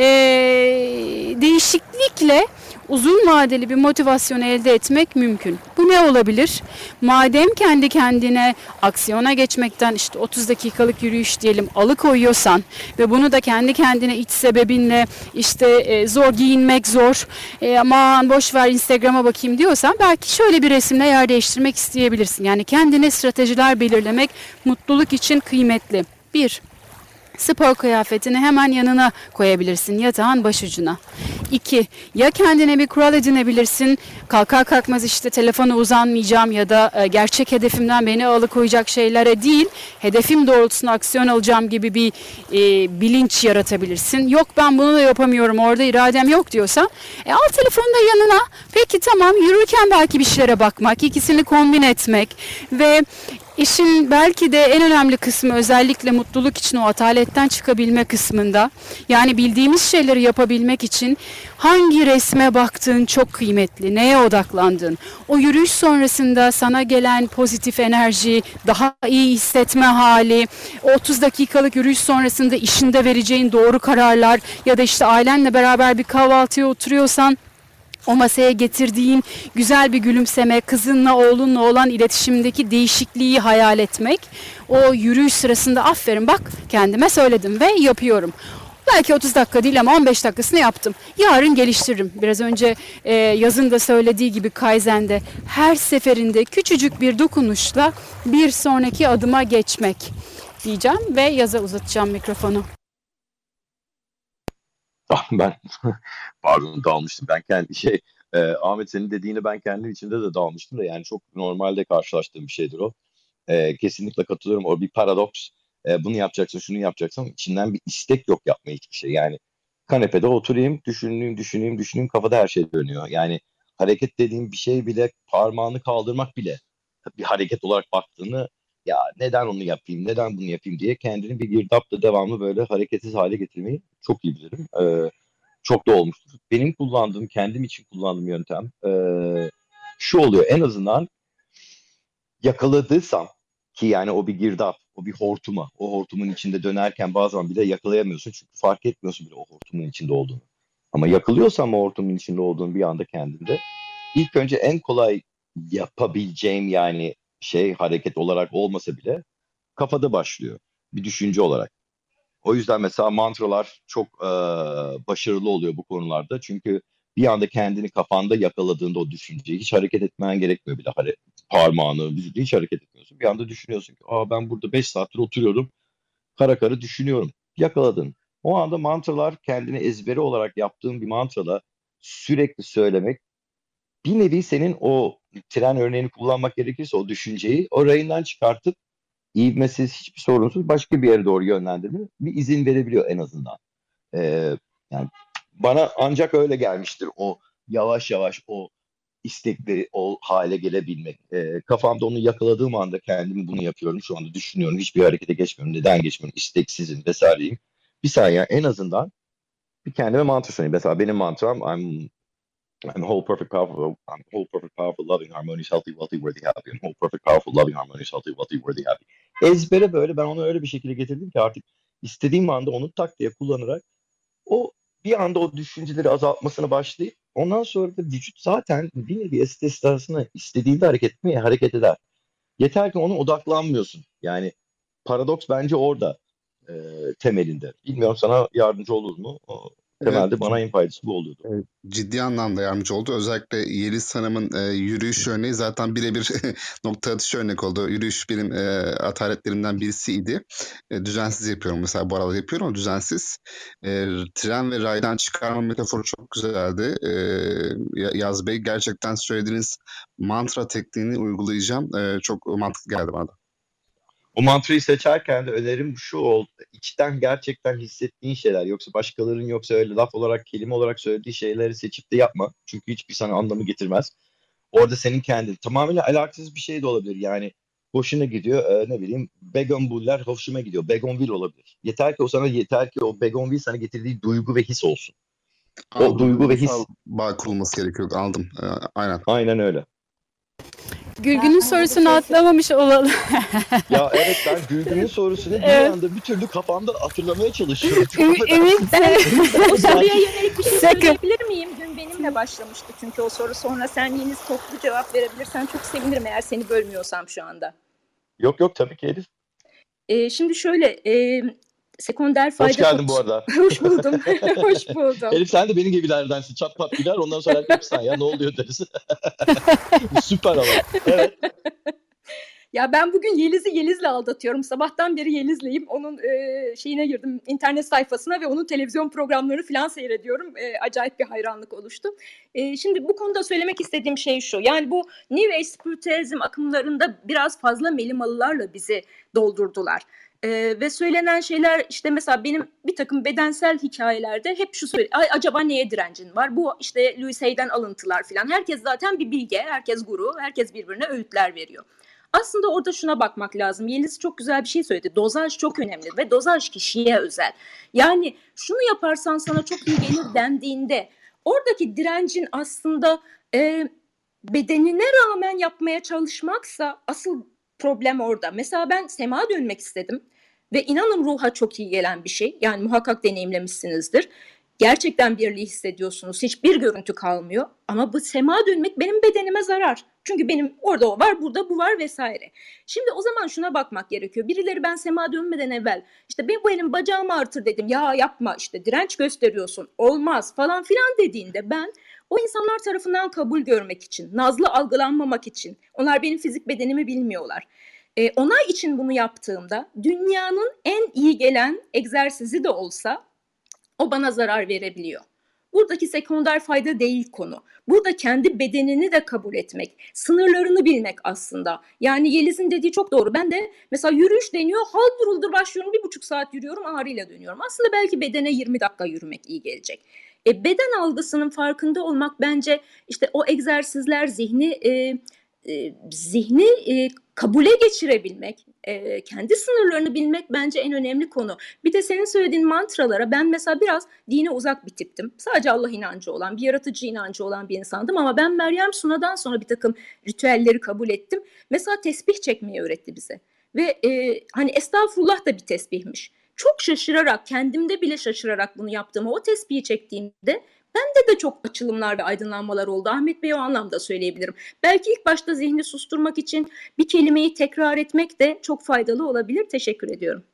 eee, değişiklikle uzun vadeli bir motivasyon elde etmek mümkün. Bu ne olabilir? Madem kendi kendine aksiyona geçmekten, işte otuz dakikalık yürüyüş diyelim, alıkoyuyorsan ve bunu da kendi kendine iç sebebinle, işte e, zor giyinmek zor, e, aman boş ver Instagram'a bakayım diyorsan, belki şöyle bir resimle yer değiştirmek isteyebilirsin. Yani kendine stratejiler belirlemek mutluluk için kıymetli. Bir, spor kıyafetini hemen yanına koyabilirsin, yatağın başucuna. İki, ya kendine bir kural edinebilirsin. Kalkar kalkmaz işte telefona uzanmayacağım ya da e, gerçek hedefimden beni alıkoyacak şeylere değil, hedefim doğrultusunda aksiyon alacağım gibi bir e, bilinç yaratabilirsin. Yok ben bunu da yapamıyorum, orada iradem yok diyorsan, e, al telefonu da yanına. Peki tamam, yürürken belki bir şeylere bakmak, ikisini kombin etmek ve İşin belki de en önemli kısmı, özellikle mutluluk için o ataletten çıkabilme kısmında, yani bildiğimiz şeyleri yapabilmek için hangi resme baktığın çok kıymetli, neye odaklandın. O yürüyüş sonrasında sana gelen pozitif enerji, daha iyi hissetme hali, o otuz dakikalık yürüyüş sonrasında işinde vereceğin doğru kararlar ya da işte ailenle beraber bir kahvaltıya oturuyorsan o masaya getirdiğin güzel bir gülümseme, kızınla oğlunla olan iletişimdeki değişikliği hayal etmek. O yürüyüş sırasında aferin bak kendime söyledim ve yapıyorum. Belki otuz dakika değil ama on beş dakikasını yaptım. Yarın geliştiririm. Biraz önce e, yazın da söylediği gibi Kaizen'de her seferinde küçücük bir dokunuşla bir sonraki adıma geçmek diyeceğim ve yaza uzatacağım mikrofonu. Ah, ben pardon dalmıştım. Ben kendi şey e, Ahmet senin dediğini ben kendim içimde de dalmıştım da yani çok normalde karşılaştığım bir şeydir o. E, kesinlikle katılıyorum. O bir paradoks. E, bunu yapacaksın, şunu yapacaksın. İçinden bir istek yok yapmaya hiçbir şey. Yani kanepede oturayım, düşüneyim, düşüneyim, düşüneyim. Kafada her şey dönüyor. Yani hareket dediğim bir şey bile, parmağını kaldırmak bile bir hareket olarak baktığını ya neden onu yapayım, neden bunu yapayım diye kendini bir girdapla devamlı böyle hareketsiz hale getirmeyi çok iyi bilirim. E, çok da olmuştur. Benim kullandığım, kendim için kullandığım yöntem e, şu oluyor. En azından yakaladıysam ki yani o bir girdap, o bir hortuma, o hortumun içinde dönerken bazen bile yakalayamıyorsun çünkü fark etmiyorsun bile o hortumun içinde olduğunu. Ama yakalıyorsam o hortumun içinde olduğunu bir anda kendinde, ilk önce en kolay yapabileceğim yani şey hareket olarak olmasa bile kafada başlıyor bir düşünce olarak. O yüzden mesela mantralar çok e, başarılı oluyor bu konularda. Çünkü bir anda kendini kafanda yakaladığında o düşünceyi hiç hareket etmen gerekmiyor bile. Hare parmağını, vücudu hiç hareket etmiyorsun. Bir anda düşünüyorsun ki Aa, ben burada beş saattir oturuyorum. Kara kara düşünüyorum. Yakaladın. O anda mantralar kendini ezberi olarak yaptığın bir mantrala sürekli söylemek bir nevi senin o tren örneğini kullanmak gerekirse o düşünceyi o rayından çıkartıp ivmesiz, hiçbir sorunsuz başka bir yere doğru yönlendirme bir izin verebiliyor en azından. Ee, yani bana ancak öyle gelmiştir o yavaş yavaş o istekleri o hale gelebilmek. Ee, kafamda onu yakaladığım anda kendimi bunu yapıyorum. Şu anda düşünüyorum. Hiçbir harekete geçmiyorum. Neden geçmiyorum? İsteksizim vesaireyim. Bir saniye en azından bir kendime mantra söyleyeyim. Mesela benim mantram I'm I'm whole, perfect, powerful. I'm whole, perfect, powerful, loving, harmonious, healthy, wealthy, worthy, happy. I'm whole, perfect, powerful, loving, harmonious, healthy, wealthy, worthy, happy. Ezbere böyle ben onu öyle bir şekilde getirdim ki artık istediğim anda onu tak diye kullanarak o bir anda o düşünceleri azaltmasına başlayıp ondan sonra da vücut zaten bir nevi estestasını istediğinde hareket etmeye hareket eder. Yeter ki ona odaklanmıyorsun. Yani paradoks bence orada e, temelinde. Bilmiyorum sana yardımcı olur mu? O, Evet, temelde bana en faydası bu oluyordu. Evet, ciddi anlamda yardımcı oldu. Özellikle Yeliz Hanım'ın e, yürüyüş örneği zaten birebir nokta atışı örnek oldu. Yürüyüş benim e, ataletlerimden birisiydi. E, düzensiz yapıyorum mesela, bu aralar yapıyorum ama düzensiz. E, tren ve raydan çıkarma metaforu çok güzeldi. E, Ya- Yaz Bey, gerçekten söylediğiniz mantra tekniğini uygulayacağım. E, çok mantıklı geldi bana da. O mantrayı seçerken de önerim şu oldu. İçten gerçekten hissettiğin şeyler. Yoksa başkalarının yoksa öyle laf olarak, kelime olarak söylediği şeyleri seçip de yapma. Çünkü hiçbir sana anlamı getirmez. Orada senin kendin. Tamamen alakasız bir şey de olabilir. Yani hoşuna gidiyor. Ee, ne bileyim Begonviller hoşuma gidiyor. Begonville olabilir. Yeter ki o sana yeter ki o Begonville sana getirdiği duygu ve his olsun. O Aldım. duygu ve his. Duygusal bağ kurulması gerekiyor. Aldım. Ee, aynen. Aynen öyle. Gülgün'ün Ben sorusunu bir şey- atlamamış olalım. Ya evet ben Gülgün'ün sorusunu bir Evet. anda bir türlü kafamda hatırlamaya çalışıyorum. Ümit, Ümit de- O soruya yönelik bir şey Sakın. söyleyebilir miyim? Dün benimle başlamıştı çünkü o soru. Sonra sen Yeniz toplu cevap verebilirsen çok sevinirim eğer seni bölmüyorsam şu anda. Yok yok tabii ki Elif. Ee, şimdi şöyle, e, sekonder fayda... Hoş geldin bu arada. Hoş buldum. Hoş buldum. Elif sen de benim gibilerdensin. Çat pat gider ondan sonra herkes sen ya ne oluyor deriz. Süper ama. Evet. Ya ben bugün Yeliz'i Yeliz'le aldatıyorum. Sabahtan beri Yeliz'leyim. Onun e, şeyine girdim, internet sayfasına ve onun televizyon programlarını falan seyrediyorum. E, acayip bir hayranlık oluştu. E, şimdi bu konuda söylemek istediğim şey şu. Yani bu New Age spiritüalizm akımlarında biraz fazla melimalılarla bizi doldurdular. Ee, ve söylenen şeyler işte mesela benim bir takım bedensel hikayelerde hep şu söyle, Ay, acaba neye direncin var? Bu işte Louis Hay'den alıntılar falan. Herkes zaten bir bilge, herkes guru, herkes birbirine öğütler veriyor. Aslında orada şuna bakmak lazım. Yeliz çok güzel bir şey söyledi. Dozaj çok önemli ve dozaj kişiye özel. Yani şunu yaparsan sana çok iyi gelir dendiğinde oradaki direncin aslında e, bedenine rağmen yapmaya çalışmaksa asıl problem orada. Mesela ben sema dönmek istedim ve inanın ruha çok iyi gelen bir şey. Yani muhakkak deneyimlemişsinizdir. Gerçekten birliği hissediyorsunuz. Hiçbir görüntü kalmıyor. Ama bu sema dönmek benim bedenime zarar. Çünkü benim orada o var, burada bu var vesaire. Şimdi o zaman şuna bakmak gerekiyor. Birileri ben sema dönmeden evvel işte ben bu elim bacağımı artır dedim. Ya yapma işte direnç gösteriyorsun. Olmaz falan filan dediğinde ben o insanlar tarafından kabul görmek için, nazlı algılanmamak için. Onlar benim fizik bedenimi bilmiyorlar. Ee, onay için bunu yaptığımda dünyanın en iyi gelen egzersizi de olsa o bana zarar verebiliyor. Buradaki sekonder fayda değil konu. Burada kendi bedenini de kabul etmek, sınırlarını bilmek aslında. Yani Yeliz'in dediği çok doğru. Ben de mesela yürüyüş deniyor, haldır huldur başlıyorum, bir buçuk saat yürüyorum, ağrıyla dönüyorum. Aslında belki bedene yirmi dakika yürümek iyi gelecek. E, beden algısının farkında olmak bence işte o egzersizler zihni e, e, zihni e, kabule geçirebilmek, e, kendi sınırlarını bilmek bence en önemli konu. Bir de senin söylediğin mantralara ben mesela biraz dine uzak bir tiptim. Sadece Allah inancı olan, bir yaratıcı inancı olan bir insandım ama ben Meryem Suna'dan sonra bir takım ritüelleri kabul ettim. Mesela tesbih çekmeyi öğretti bize. Ve e, hani estağfurullah da bir tesbihmiş. Çok şaşırarak, kendimde bile şaşırarak bunu yaptığımı, o tesbihi çektiğimde bende de çok açılımlar ve aydınlanmalar oldu. Ahmet Bey o anlamda söyleyebilirim. Belki ilk başta zihni susturmak için bir kelimeyi tekrar etmek de çok faydalı olabilir. Teşekkür ediyorum.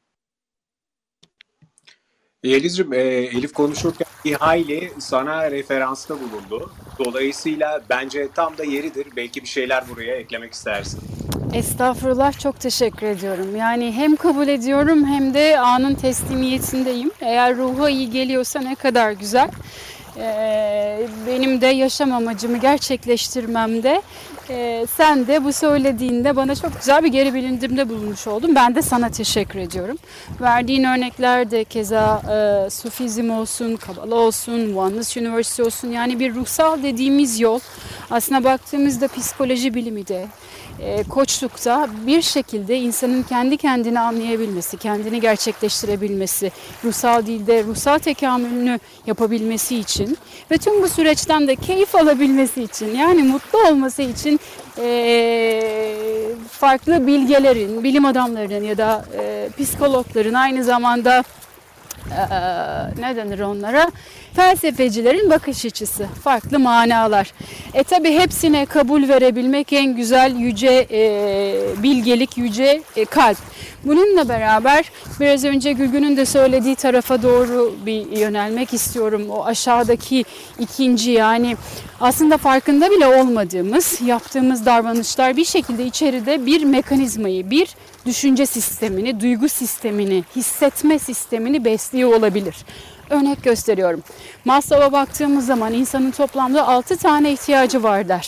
Yeliz'cim, e, Elif konuşurken bir hayli sana referansta bulundu. Dolayısıyla bence tam da yeridir. Belki bir şeyler buraya eklemek istersin. Estağfurullah, çok teşekkür ediyorum. Yani hem kabul ediyorum hem de anın teslimiyetindeyim. Eğer ruha iyi geliyorsa ne kadar güzel. Ee, benim de yaşam amacımı gerçekleştirmemde e, sen de bu söylediğinde bana çok güzel bir geri bildirimde bulunmuş oldun. Ben de sana teşekkür ediyorum. Verdiğin örnekler de keza e, Sufizm olsun, Kabala olsun, Oneness University olsun, yani bir ruhsal dediğimiz yol aslında baktığımızda psikoloji bilimi de e, koçlukta bir şekilde insanın kendi kendini anlayabilmesi, kendini gerçekleştirebilmesi, ruhsal dilde ruhsal tekamülünü yapabilmesi için ve tüm bu süreçten de keyif alabilmesi için, yani mutlu olması için e, farklı bilgelerin, bilim adamlarının ya da e, psikologların, aynı zamanda e, ne denir onlara, felsefecilerin bakış açısı, farklı manalar. E tabi hepsine kabul verebilmek en güzel yüce e, bilgelik, yüce e, kalp. Bununla beraber biraz önce Gülgün'ün de söylediği tarafa doğru bir yönelmek istiyorum. O aşağıdaki ikinci, yani aslında farkında bile olmadığımız yaptığımız davranışlar bir şekilde içeride bir mekanizmayı, bir düşünce sistemini, duygu sistemini, hissetme sistemini besliyor olabilir. Örnek gösteriyorum. Maslow'a baktığımız zaman insanın toplamda altı tane ihtiyacı var der.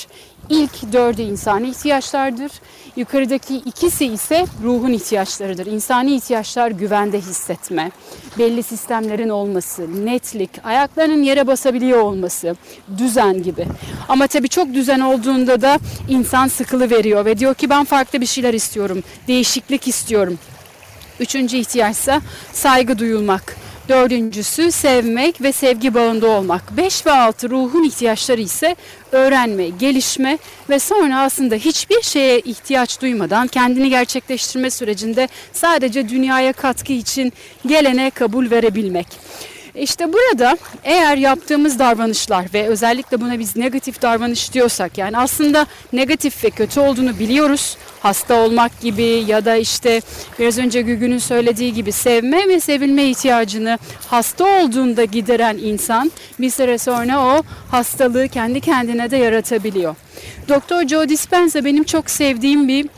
İlk dördü insani ihtiyaçlardır. Yukarıdaki ikisi ise ruhun ihtiyaçlarıdır. İnsani ihtiyaçlar güvende hissetme, belli sistemlerin olması, netlik, ayaklarının yere basabiliyor olması, düzen gibi. Ama tabii çok düzen olduğunda da insan sıkılıveriyor ve diyor ki ben farklı bir şeyler istiyorum, değişiklik istiyorum. Üçüncü ihtiyaçsa saygı duyulmak. Dördüncüsü sevmek ve sevgi bağında olmak. Beş ve altı ruhun ihtiyaçları ise öğrenme, gelişme ve sonra aslında hiçbir şeye ihtiyaç duymadan kendini gerçekleştirme sürecinde sadece dünyaya katkı için gelene kabul verebilmek. İşte burada eğer yaptığımız davranışlar ve özellikle buna biz negatif davranış diyorsak, yani aslında negatif ve kötü olduğunu biliyoruz. Hasta olmak gibi ya da işte biraz önce Gügü'nün söylediği gibi sevme ve sevilme ihtiyacını hasta olduğunda gideren insan bir süre sonra o hastalığı kendi kendine de yaratabiliyor. Doktor Joe Dispenza benim çok sevdiğim bir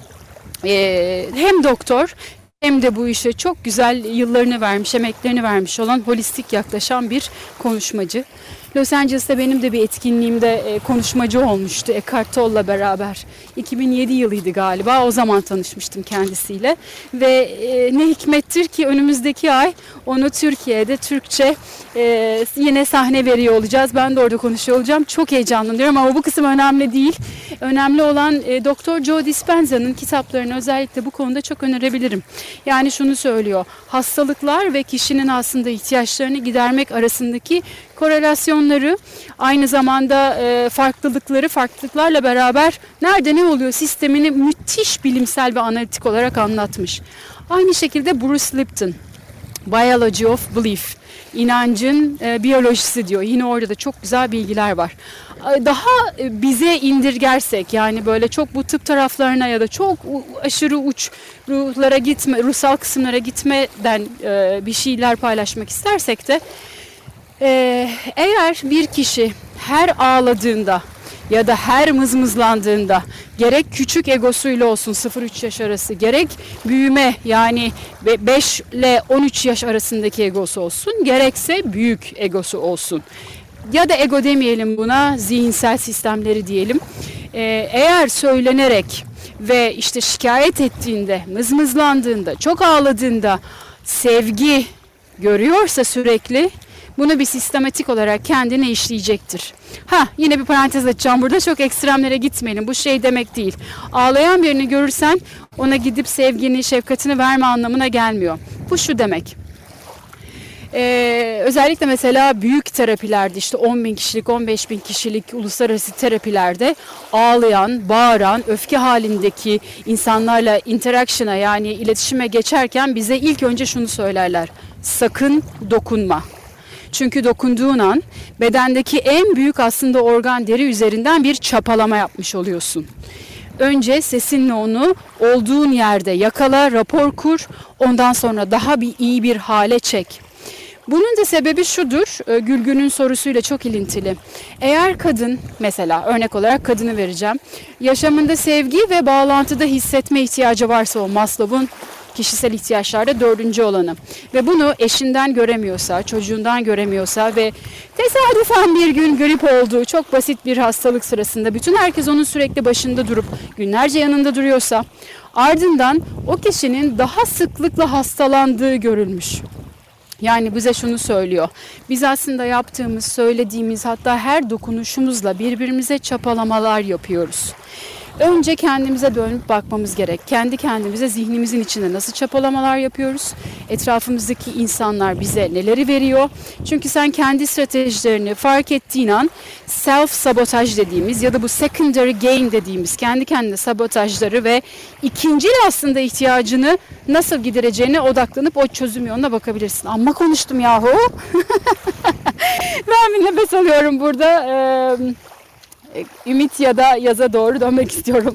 e, hem doktor hem de bu işe çok güzel yıllarını vermiş, emeklerini vermiş olan holistik yaklaşan bir konuşmacı. Los Angeles'ta benim de bir etkinliğimde konuşmacı olmuştu Eckhart Tolle'la beraber. iki bin yedi yılıydı galiba, o zaman tanışmıştım kendisiyle. Ve e, ne hikmettir ki önümüzdeki ay onu Türkiye'de Türkçe e, yine sahne veriyor olacağız. Ben de orada konuşuyor olacağım. Çok heyecanlanıyorum ama bu kısım önemli değil. Önemli olan e, Doktor Joe Dispenza'nın kitaplarını özellikle bu konuda çok önerebilirim. Yani şunu söylüyor, hastalıklar ve kişinin aslında ihtiyaçlarını gidermek arasındaki korelasyonları, aynı zamanda e, farklılıkları, farklılıklarla beraber nerede ne oluyor sistemini müthiş bilimsel ve analitik olarak anlatmış. Aynı şekilde Bruce Lipton, Biology of Belief, inancın e, biyolojisi diyor. Yine orada da çok güzel bilgiler var. Daha bize indirgersek, yani böyle çok bu tıp taraflarına ya da çok aşırı uç ruhlara gitme, ruhsal kısımlara gitmeden e, bir şeyler paylaşmak istersek de Ee, eğer bir kişi her ağladığında ya da her mızmızlandığında, gerek küçük egosuyla olsun sıfır üç yaş arası, gerek büyüme yani beş ile on üç yaş arasındaki egosu olsun, gerekse büyük egosu olsun ya da ego demeyelim buna, zihinsel sistemleri diyelim. Ee, eğer söylenerek ve işte şikayet ettiğinde, mızmızlandığında, çok ağladığında sevgi görüyorsa sürekli, bunu bir sistematik olarak kendine işleyecektir. Ha, yine bir parantez açacağım burada, çok ekstremlere gitmeyelim. Bu şey demek değil. Ağlayan birini görürsen ona gidip sevgini, şefkatini verme anlamına gelmiyor. Bu şu demek. Ee, özellikle mesela büyük terapilerde, işte on bin kişilik, on beş bin kişilik uluslararası terapilerde ağlayan, bağıran, öfke halindeki insanlarla interaction'a, yani iletişime geçerken bize ilk önce şunu söylerler: sakın dokunma. Çünkü dokunduğun an bedendeki en büyük aslında organ, deri üzerinden bir çapalama yapmış oluyorsun. Önce sesinle onu olduğun yerde yakala, rapor kur, ondan sonra daha bir iyi bir hale çek. Bunun da sebebi şudur, Gülgün'ün sorusuyla çok ilintili. Eğer kadın, mesela örnek olarak kadını vereceğim, yaşamında sevgi ve bağlantıda hissetme ihtiyacı varsa, o Maslow'un kişisel ihtiyaçlarda dördüncü olanı ve bunu eşinden göremiyorsa, çocuğundan göremiyorsa ve tesadüfen bir gün grip olduğu çok basit bir hastalık sırasında bütün herkes onun sürekli başında durup günlerce yanında duruyorsa, ardından o kişinin daha sıklıkla hastalandığı görülmüş. Yani bize şunu söylüyor: biz aslında yaptığımız, söylediğimiz, hatta her dokunuşumuzla birbirimize çapalamalar yapıyoruz. Önce kendimize dönüp bakmamız gerek. Kendi kendimize, zihnimizin içinde nasıl çapalamalar yapıyoruz? Etrafımızdaki insanlar bize neleri veriyor? Çünkü sen kendi stratejilerini fark ettiğin an self sabotaj dediğimiz ya da bu secondary gain dediğimiz kendi kendine sabotajları ve ikincil aslında ihtiyacını nasıl gidereceğine odaklanıp o çözüm yoluna bakabilirsin. Amma konuştum yahu. Ben bir nefes alıyorum burada. Ee, Ümit ya da yaza doğru dönmek istiyorum.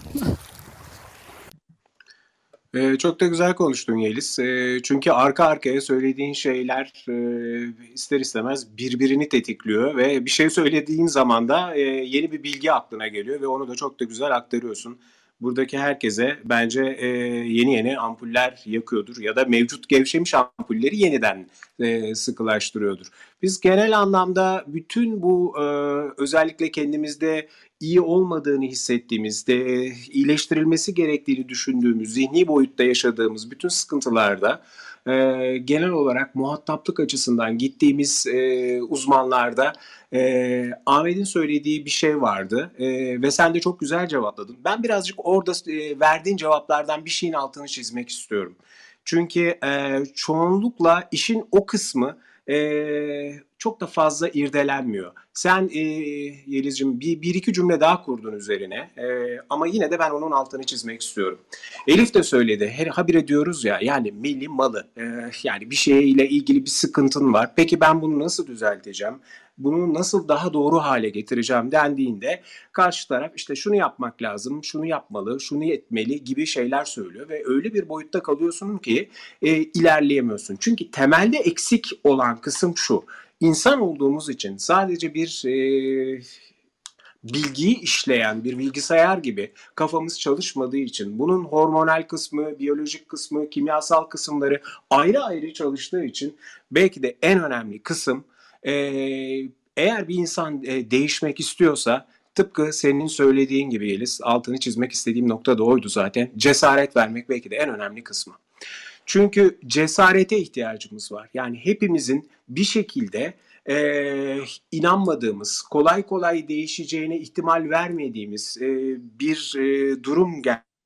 Ee, çok da güzel konuştun Yeliz. Ee, çünkü arka arkaya söylediğin şeyler e, ister istemez birbirini tetikliyor ve bir şey söylediğin zaman da e, yeni bir bilgi aklına geliyor ve onu da çok da güzel aktarıyorsun. Buradaki herkese bence e, yeni yeni ampuller yakıyordur ya da mevcut gevşemiş ampulleri yeniden e, sıkılaştırıyordur. Biz genel anlamda bütün bu e, özellikle kendimizde iyi olmadığını hissettiğimiz, de, iyileştirilmesi gerektiğini düşündüğümüz, zihni boyutta yaşadığımız bütün sıkıntılarda e, genel olarak muhataplık açısından gittiğimiz e, uzmanlarda e, Ahmet'in söylediği bir şey vardı e, ve sen de çok güzel cevapladın. Ben birazcık orada e, verdiğin cevaplardan bir şeyin altını çizmek istiyorum. Çünkü e, çoğunlukla işin o kısmı e, çok da fazla irdelenmiyor. Sen e, Yeliz'cim bir, bir iki cümle daha kurdun üzerine e, ama yine de ben onun altını çizmek istiyorum. Elif de söyledi, her habire diyoruz ya, yani milli malı, e, yani bir şeyle ilgili bir sıkıntın var. Peki ben bunu nasıl düzelteceğim? Bunu nasıl daha doğru hale getireceğim dendiğinde karşı taraf işte şunu yapmak lazım, şunu yapmalı, şunu etmeli gibi şeyler söylüyor ve öyle bir boyutta kalıyorsun ki e, ilerleyemiyorsun. Çünkü temelde eksik olan kısım şu: İnsan olduğumuz için sadece bir e, bilgiyi işleyen bir bilgisayar gibi kafamız çalışmadığı için, bunun hormonal kısmı, biyolojik kısmı, kimyasal kısımları ayrı ayrı çalıştığı için belki de en önemli kısım, e, eğer bir insan e, değişmek istiyorsa, tıpkı senin söylediğin gibi Yeliz, altını çizmek istediğim nokta da oydu zaten, cesaret vermek belki de en önemli kısmı. Çünkü cesarete ihtiyacımız var. Yani hepimizin bir şekilde e, inanmadığımız, kolay kolay değişeceğine ihtimal vermediğimiz e, bir e, durum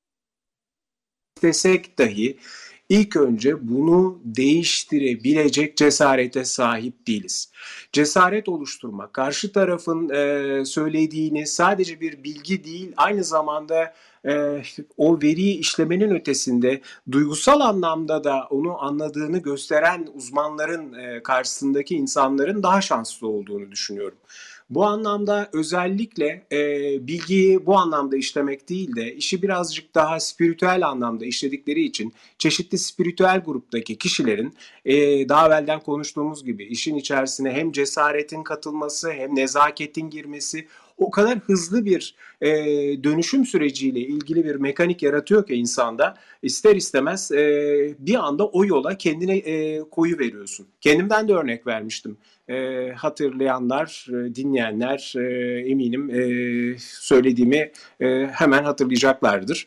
desek dahi ilk önce bunu değiştirebilecek cesarete sahip değiliz. Cesaret oluşturmak, karşı tarafın e, söylediğini sadece bir bilgi değil, aynı zamanda e, o veriyi işlemenin ötesinde duygusal anlamda da onu anladığını gösteren uzmanların e, karşısındaki insanların daha şanslı olduğunu düşünüyorum. Bu anlamda özellikle e, bilgiyi bu anlamda işlemek değil de işi birazcık daha spiritüel anlamda işledikleri için çeşitli spiritüel gruptaki kişilerin e, daha evvelden konuştuğumuz gibi işin içerisine hem cesaretin katılması hem nezaketin girmesi o kadar hızlı bir e, dönüşüm süreciyle ilgili bir mekanik yaratıyor ki insanda, ister istemez e, bir anda o yola kendine e, koyu veriyorsun. Kendimden de örnek vermiştim. E, hatırlayanlar, e, dinleyenler e, eminim e, söylediğimi e, hemen hatırlayacaklardır.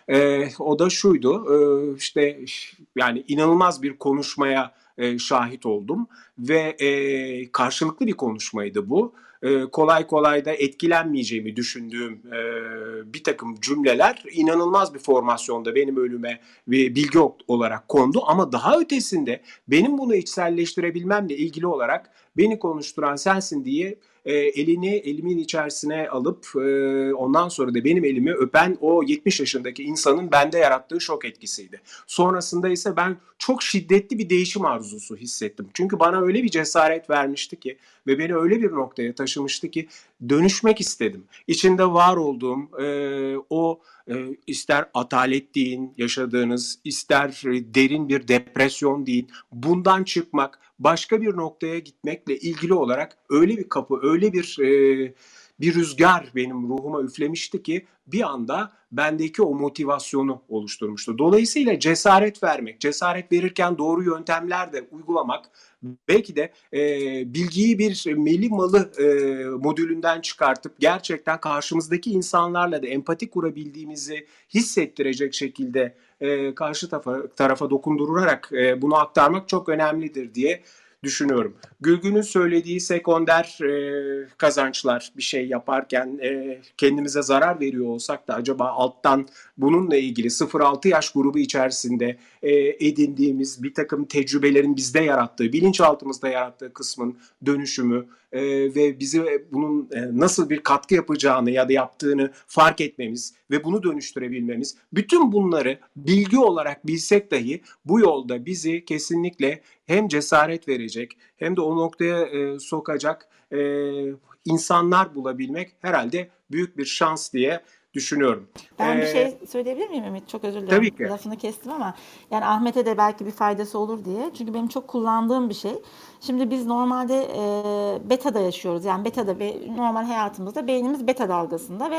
E, o da şuydu, e, işte yani inanılmaz bir konuşmaya e, şahit oldum ve e, karşılıklı bir konuşmaydı bu. E, kolay kolay da etkilenmeyeceğimi düşündüğüm e, bir takım cümleler inanılmaz bir formasyonda benim önüme bir bilgi olarak kondu, ama daha ötesinde benim bunu içselleştirebilmemle ilgili olarak beni konuşturan sensin diye e, elini elimin içerisine alıp e, ondan sonra da benim elimi öpen o yetmiş yaşındaki insanın bende yarattığı şok etkisiydi. Sonrasında ise ben çok şiddetli bir değişim arzusu hissettim. Çünkü bana öyle bir cesaret vermişti ki ve beni öyle bir noktaya taşımıştı ki dönüşmek istedim. İçinde var olduğum e, o e, ister atalet deyin yaşadığınız, ister derin bir depresyon deyin, bundan çıkmak, başka bir noktaya gitmekle ilgili olarak öyle bir kapı, öyle bir e, bir rüzgar benim ruhuma üflemişti ki bir anda bendeki o motivasyonu oluşturmuştu. Dolayısıyla cesaret vermek, cesaret verirken doğru yöntemler de uygulamak, belki de e, bilgiyi bir meli malı e, modülünden çıkartıp gerçekten karşımızdaki insanlarla da empati kurabildiğimizi hissettirecek şekilde e, karşı tarafa, tarafa dokundurarak e, bunu aktarmak çok önemlidir diye düşünüyorum. Gülgün'ün söylediği sekonder e, kazançlar, bir şey yaparken e, kendimize zarar veriyor olsak da acaba alttan bununla ilgili sıfır altı yaş grubu içerisinde e, edindiğimiz bir takım tecrübelerin bizde yarattığı, bilinçaltımızda yarattığı kısmın dönüşümü e, ve bize bunun e, nasıl bir katkı yapacağını ya da yaptığını fark etmemiz ve bunu dönüştürebilmemiz, bütün bunları bilgi olarak bilsek dahi bu yolda bizi kesinlikle hem cesaret verecek hem de o noktaya e, sokacak e, insanlar bulabilmek herhalde büyük bir şans diye düşünüyorum. Ben bir Ee, şey söyleyebilir miyim Ümit? Çok özür dilerim. Tabii ki. Lafını kestim ama yani Ahmet'e de belki bir faydası olur diye. Çünkü benim çok kullandığım bir şey. Şimdi biz normalde e, beta'da yaşıyoruz. Yani beta'da be, normal hayatımızda beynimiz beta dalgasında ve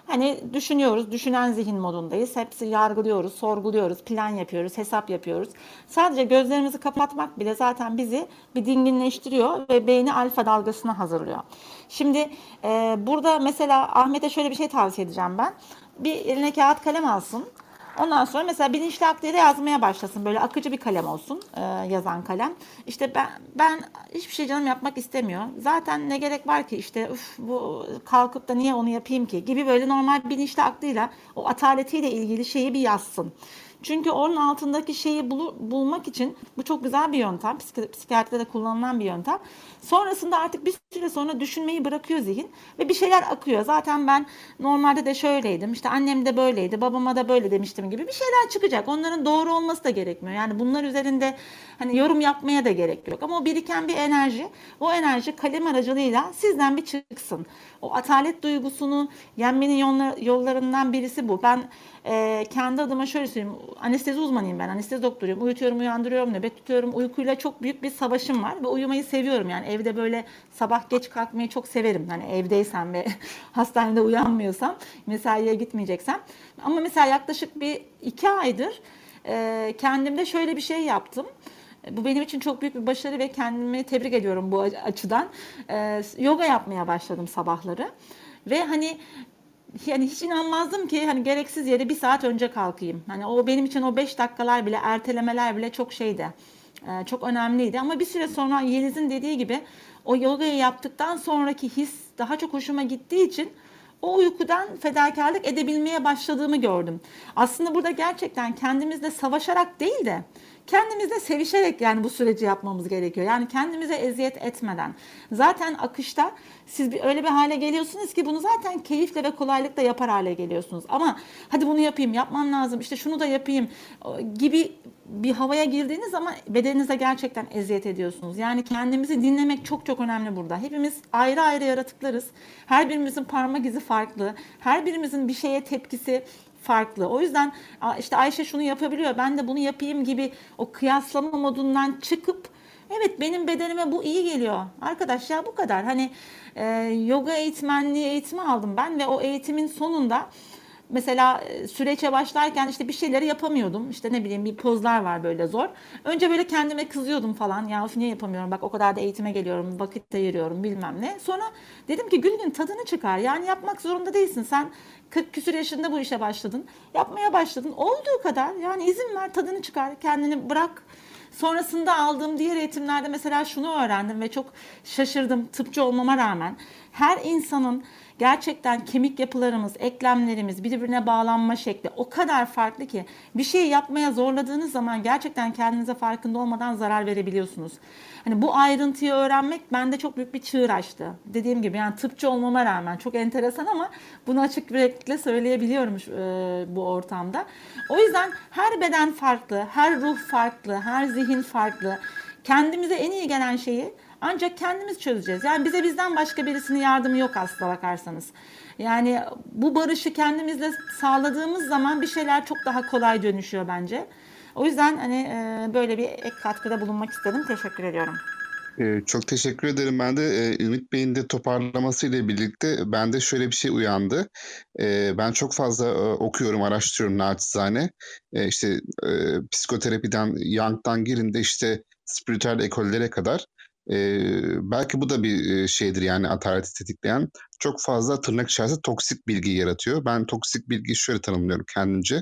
Hani düşünüyoruz, düşünen zihin modundayız. Hepsi yargılıyoruz, sorguluyoruz, plan yapıyoruz, hesap yapıyoruz. Sadece gözlerimizi kapatmak bile zaten bizi bir dinginleştiriyor ve beyni alfa dalgasına hazırlıyor. Şimdi e, burada mesela Ahmet'e şöyle bir şey tavsiye edeceğim ben. Bir eline kağıt kalem alsın. Ondan sonra mesela bilinçli aklıyla yazmaya başlasın. Böyle akıcı bir kalem olsun, e, yazan kalem. İşte ben ben hiçbir şey canım yapmak istemiyor. Zaten ne gerek var ki işte üf, bu kalkıp da niye onu yapayım ki gibi böyle normal bilinçli aklıyla o ataletiyle ilgili şeyi bir yazsın. Çünkü onun altındaki şeyi bulu- bulmak için bu çok güzel bir yöntem. Psik- Psikiyatride de kullanılan bir yöntem. Sonrasında artık bir süre sonra düşünmeyi bırakıyor zihin ve bir şeyler akıyor. Zaten ben normalde de şöyleydim, işte annem de böyleydi, babama da böyle demiştim gibi bir şeyler çıkacak. Onların doğru olması da gerekmiyor. Yani bunlar üzerinde hani yorum yapmaya da gerek yok. Ama o biriken bir enerji, o enerji kalem aracılığıyla sizden bir çıksın. O atalet duygusunu yenmenin yollar- yollarından birisi bu. Ben e, kendi adıma şöyle söyleyeyim. Anestezi uzmanıyım ben. Anestezi doktoruyum. Uyutuyorum, uyandırıyorum, nöbet tutuyorum. Uykuyla çok büyük bir savaşım var ve uyumayı seviyorum. Yani evde böyle sabah geç kalkmayı çok severim. Hani evdeysem ve hastanede uyanmıyorsam, mesaiye gitmeyeceksem. Ama mesela yaklaşık bir iki aydır e, kendimde şöyle bir şey yaptım. Bu benim için çok büyük bir başarı ve kendimi tebrik ediyorum bu açıdan. Ee, yoga yapmaya başladım sabahları. Ve hani yani hiç inanmazdım ki hani gereksiz yere bir saat önce kalkayım. Hani o benim için o beş dakikalar bile, ertelemeler bile çok şeydi. Ee, çok önemliydi. Ama bir süre sonra Yeliz'in dediği gibi o yogayı yaptıktan sonraki his daha çok hoşuma gittiği için o uykudan fedakarlık edebilmeye başladığımı gördüm. Aslında burada gerçekten kendimizle savaşarak değil de kendimizle sevişerek yani bu süreci yapmamız gerekiyor. Yani kendimize eziyet etmeden. Zaten akışta siz bir, öyle bir hale geliyorsunuz ki bunu zaten keyifle ve kolaylıkla yapar hale geliyorsunuz. Ama hadi bunu yapayım, yapmam lazım, işte şunu da yapayım gibi bir havaya girdiğiniz zaman bedeninize gerçekten eziyet ediyorsunuz. Yani kendimizi dinlemek çok çok önemli burada. Hepimiz ayrı ayrı yaratıklarız. Her birimizin parmak izi farklı. Her birimizin bir şeye tepkisi farklı. O yüzden işte Ayşe şunu yapabiliyor, ben de bunu yapayım gibi o kıyaslama modundan çıkıp evet benim bedenime bu iyi geliyor. Arkadaş ya bu kadar. Hani e, yoga eğitmenliği eğitimi aldım ben ve o eğitimin sonunda mesela süreçe başlarken işte bir şeyleri yapamıyordum. İşte ne bileyim bir pozlar var böyle zor. Önce böyle kendime kızıyordum falan. Ya niye yapamıyorum? Bak o kadar da eğitime geliyorum, vakit ayırıyorum bilmem ne. Sonra dedim ki Gülgün tadını çıkar. Yani yapmak zorunda değilsin. Sen kırk küsur yaşında bu işe başladın. Yapmaya başladın. Olduğu kadar yani izin ver tadını çıkar. Kendini bırak. Sonrasında aldığım diğer eğitimlerde mesela şunu öğrendim ve çok şaşırdım tıpçı olmama rağmen. Her insanın gerçekten kemik yapılarımız, eklemlerimiz, birbirine bağlanma şekli o kadar farklı ki bir şey yapmaya zorladığınız zaman gerçekten kendinize farkında olmadan zarar verebiliyorsunuz. Hani bu ayrıntıyı öğrenmek bende çok büyük bir çığır açtı. Dediğim gibi yani tıpçı olmama rağmen çok enteresan ama bunu açık yürekli söyleyebiliyorum e, bu ortamda. O yüzden her beden farklı, her ruh farklı, her zihin farklı. Kendimize en iyi gelen şeyi ancak kendimiz çözeceğiz. Yani bize bizden başka birisinin yardımı yok aslına bakarsanız. Yani bu barışı kendimizle sağladığımız zaman bir şeyler çok daha kolay dönüşüyor bence. O yüzden hani böyle bir ek katkıda bulunmak istedim. Teşekkür ediyorum. Ee, çok teşekkür ederim. Ben de e, Ümit Bey'in de toparlamasıyla birlikte bende şöyle bir şey uyandı. E, ben çok fazla e, okuyorum, araştırıyorum naçizane. E, işte e, psikoterapiden, Jung'dan girin de işte spiritüel ekollere kadar. E, belki bu da bir e, şeydir yani ataleti tetikleyen. Çok fazla tırnak içerisinde toksik bilgi yaratıyor. Ben toksik bilgiyi şöyle tanımlıyorum kendimce.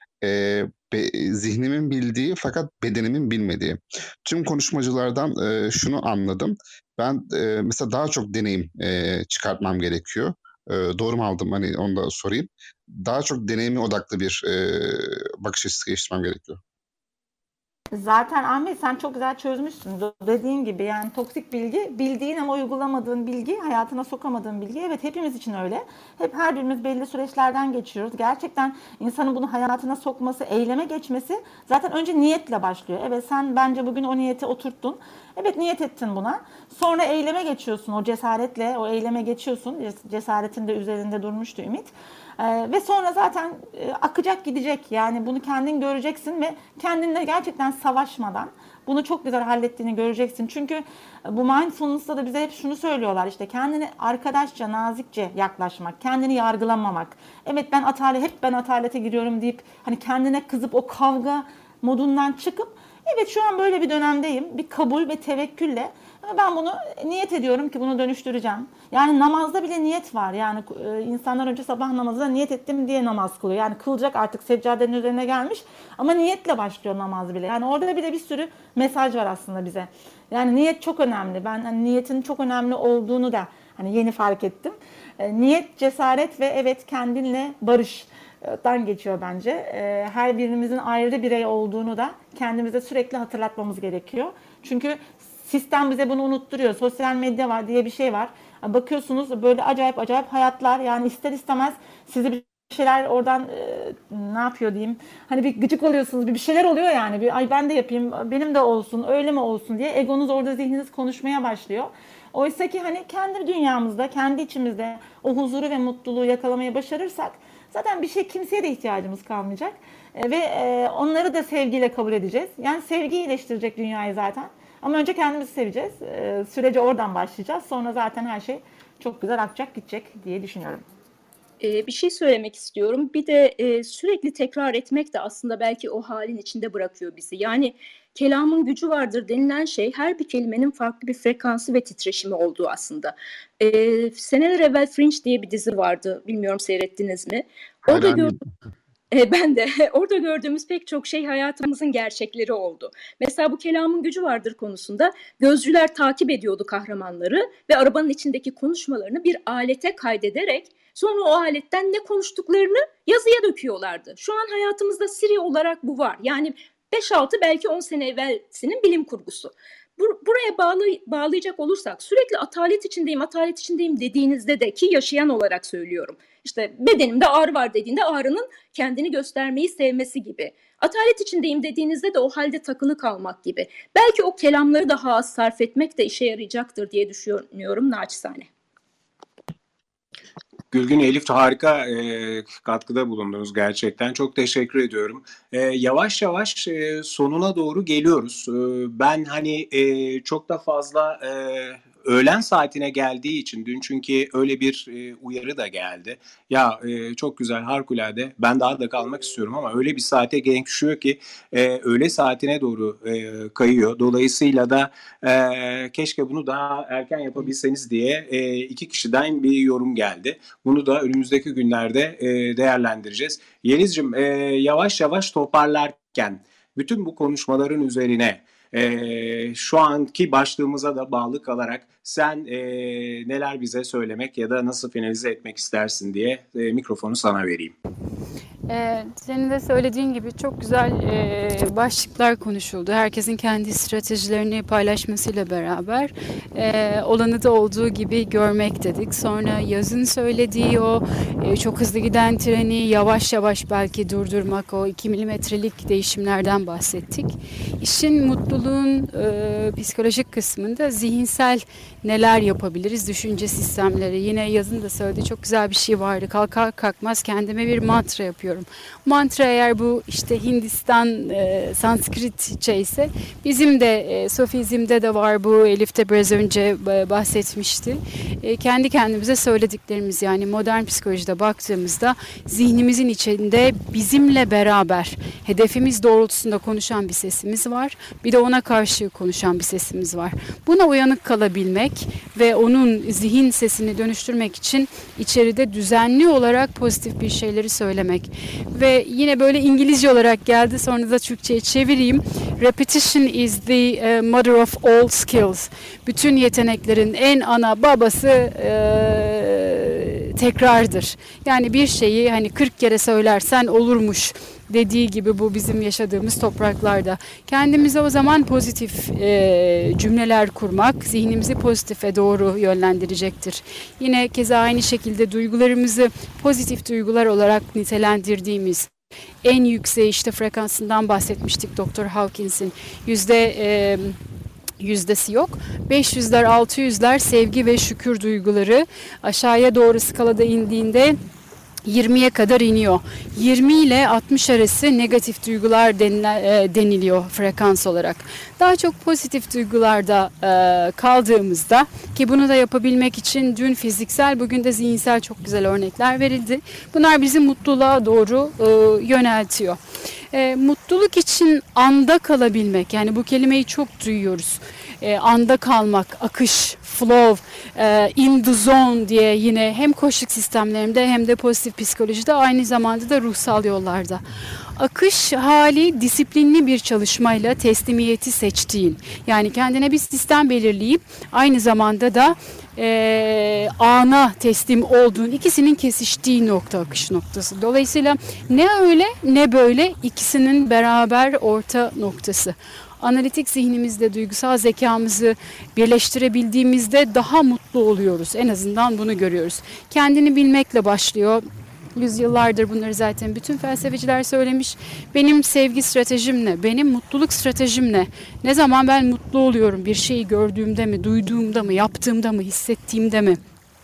E, be, zihnimin bildiği fakat bedenimin bilmediği. Tüm konuşmacılardan e, şunu anladım. Ben e, mesela daha çok deneyim e, çıkartmam gerekiyor. E, doğru mu aldım? Hani onu da sorayım. Daha çok deneyime odaklı bir e, bakış açısı geliştirmem gerekiyor. Zaten Ahmet sen çok güzel çözmüşsün. Dediğin gibi yani toksik bilgi, bildiğin ama uygulamadığın bilgi, hayatına sokamadığın bilgi. Evet hepimiz için öyle. Hep her birimiz belli süreçlerden geçiyoruz. Gerçekten insanın bunu hayatına sokması, eyleme geçmesi zaten önce niyetle başlıyor. Evet sen bence bugün o niyeti oturttun. Evet niyet ettin buna. Sonra eyleme geçiyorsun o cesaretle, o eyleme geçiyorsun. Cesaretin de üzerinde durmuştu Ümit. Ee, ve sonra zaten e, akacak gidecek. Yani bunu kendin göreceksin ve kendinle gerçekten savaşmadan bunu çok güzel hallettiğini göreceksin. Çünkü bu mindfulness'ta da bize hep şunu söylüyorlar, işte kendini arkadaşça, nazikçe yaklaşmak, kendini yargılamamak. Evet ben atalet, hep ben atalete giriyorum deyip hani kendine kızıp o kavga modundan çıkıp evet şu an böyle bir dönemdeyim. Bir kabul ve tevekkülle ben bunu niyet ediyorum ki bunu dönüştüreceğim. Yani namazda bile niyet var. Yani e, insanlar önce sabah namazına niyet ettim diye namaz kılıyor. Yani kılacak, artık seccadenin üzerine gelmiş ama niyetle başlıyor namaz bile. Yani orada bile bir sürü mesaj var aslında bize. Yani niyet çok önemli. Ben hani niyetin çok önemli olduğunu da hani yeni fark ettim. E, niyet, cesaret ve evet kendinle barış dan geçiyor bence. Her birimizin ayrı birey olduğunu da kendimize sürekli hatırlatmamız gerekiyor. Çünkü sistem bize bunu unutturuyor. Sosyal medya var diye bir şey var. Bakıyorsunuz böyle acayip acayip hayatlar, yani ister istemez sizi bir şeyler oradan ne yapıyor diyeyim. Hani bir gıcık oluyorsunuz, bir şeyler oluyor yani. Bir ay ben de yapayım, benim de olsun, öyle mi olsun diye egonuz orada, zihniniz konuşmaya başlıyor. Oysa ki hani kendi dünyamızda, kendi içimizde o huzuru ve mutluluğu yakalamayı başarırsak zaten bir şey, kimseye de ihtiyacımız kalmayacak. E, ve e, onları da sevgiyle kabul edeceğiz. Yani sevgi iyileştirecek dünyayı zaten. Ama önce kendimizi seveceğiz. E, sürece oradan başlayacağız. Sonra zaten her şey çok güzel akacak, gidecek diye düşünüyorum. Ee, bir şey söylemek istiyorum. Bir de e, sürekli tekrar etmek de aslında belki o halin içinde bırakıyor bizi. Yani kelamın gücü vardır denilen şey her bir kelimenin farklı bir frekansı ve titreşimi olduğu aslında. Ee, seneler evvel Fringe diye bir dizi vardı. Bilmiyorum seyrettiniz mi? Orada Hayranıyım. gördüm. E, ben de orada gördüğümüz pek çok şey hayatımızın gerçekleri oldu. Mesela bu kelamın gücü vardır konusunda gözcüler takip ediyordu kahramanları ve arabanın içindeki konuşmalarını bir alete kaydederek sonra o aletten ne konuştuklarını yazıya döküyorlardı. Şu an hayatımızda Siri olarak bu var. Yani beş altı belki on sene evvelsinin bilim kurgusu. Buraya bağlı, bağlayacak olursak sürekli atalet içindeyim, atalet içindeyim dediğinizde de, ki yaşayan olarak söylüyorum. İşte bedenimde ağrı var dediğinde ağrının kendini göstermeyi sevmesi gibi. Atalet içindeyim dediğinizde de o halde takılı kalmak gibi. Belki o kelamları daha az sarf etmek de işe yarayacaktır diye düşünüyorum naçizane. Gülgün, Elif, harika e, katkıda bulundunuz gerçekten. Çok teşekkür ediyorum. E, yavaş yavaş e, sonuna doğru geliyoruz. E, ben hani e, çok da fazla e, öğlen saatine geldiği için dün, çünkü öyle bir e, uyarı da geldi. Ya e, çok güzel, harikulade. Ben daha da kalmak istiyorum ama öyle bir saate denk düşüyor ki e, öğle saatine doğru e, kayıyor. Dolayısıyla da e, keşke bunu daha erken yapabilseniz diye e, iki kişiden bir yorum geldi. Bunu da önümüzdeki günlerde e, değerlendireceğiz. Yeliz'cim, e, yavaş yavaş toparlarken bütün bu konuşmaların üzerine e, şu anki başlığımıza da bağlı kalarak sen e, neler bize söylemek ya da nasıl finalize etmek istersin diye e, mikrofonu sana vereyim. Ee, senin de söylediğin gibi çok güzel e, başlıklar konuşuldu. Herkesin kendi stratejilerini paylaşmasıyla beraber e, olanı da olduğu gibi görmek dedik. Sonra Yaz'ın söylediği o e, çok hızlı giden treni yavaş yavaş belki durdurmak, o iki milimetrelik değişimlerden bahsettik. İşin, mutluluğun e, psikolojik kısmında zihinsel neler yapabiliriz, düşünce sistemleri. Yine Yaz'ın da söylediği çok güzel bir şey vardı. Kalkar kalkmaz kendime bir mantra yapıyorum. Mantra, eğer bu işte Hindistan e, Sanskritçe ise bizim de e, Sofizm'de de var bu. Elif de biraz önce bahsetmişti. E, kendi kendimize söylediklerimiz, yani modern psikolojide baktığımızda zihnimizin içinde bizimle beraber hedefimiz doğrultusunda konuşan bir sesimiz var. Bir de ona karşı konuşan bir sesimiz var. Buna uyanık kalabilmek ve onun zihin sesini dönüştürmek için içeride düzenli olarak pozitif bir şeyleri söylemek. Ve yine böyle İngilizce olarak geldi, sonra da Türkçe'ye çevireyim. Repetition is the uh, mother of all skills. Bütün yeteneklerin en ana babası e, tekrardır. Yani bir şeyi hani kırk kere söylersen olurmuş dediği gibi bu bizim yaşadığımız topraklarda. Kendimize o zaman pozitif e, cümleler kurmak zihnimizi pozitife doğru yönlendirecektir. Yine keza aynı şekilde duygularımızı pozitif duygular olarak nitelendirdiğimiz en yüksek işte frekansından bahsetmiştik doktor Hawkins'in. Yüzde e, yüzdesi yok. beş yüzler, altı yüzler sevgi ve şükür duyguları, aşağıya doğru skalada indiğinde yirmiye kadar iniyor. yirmi ile altmış arası negatif duygular denile, e, deniliyor frekans olarak. Daha çok pozitif duygularda e, kaldığımızda, ki bunu da yapabilmek için dün fiziksel, bugün de zihinsel çok güzel örnekler verildi. Bunlar bizi mutluluğa doğru e, yöneltiyor. E, mutluluk için anda kalabilmek, yani bu kelimeyi çok duyuyoruz. E, anda kalmak, akış, flow, e, in the zone diye yine hem koçluk sistemlerinde hem de pozitif psikolojide, aynı zamanda da ruhsal yollarda. Akış hali disiplinli bir çalışmayla teslimiyeti seçtiğin, yani kendine bir sistem belirleyip aynı zamanda da e, ana teslim olduğun, ikisinin kesiştiği nokta akış noktası. Dolayısıyla ne öyle ne böyle, ikisinin beraber orta noktası. Analitik zihnimizle duygusal zekamızı birleştirebildiğimizde daha mutlu oluyoruz. En azından bunu görüyoruz. Kendini bilmekle başlıyor. Yüzyıllardır bunları zaten bütün felsefeciler söylemiş. Benim sevgi stratejim ne? Benim mutluluk stratejim ne? Ne zaman ben mutlu oluyorum? Bir şeyi gördüğümde mi, duyduğumda mı, yaptığımda mı, hissettiğimde mi?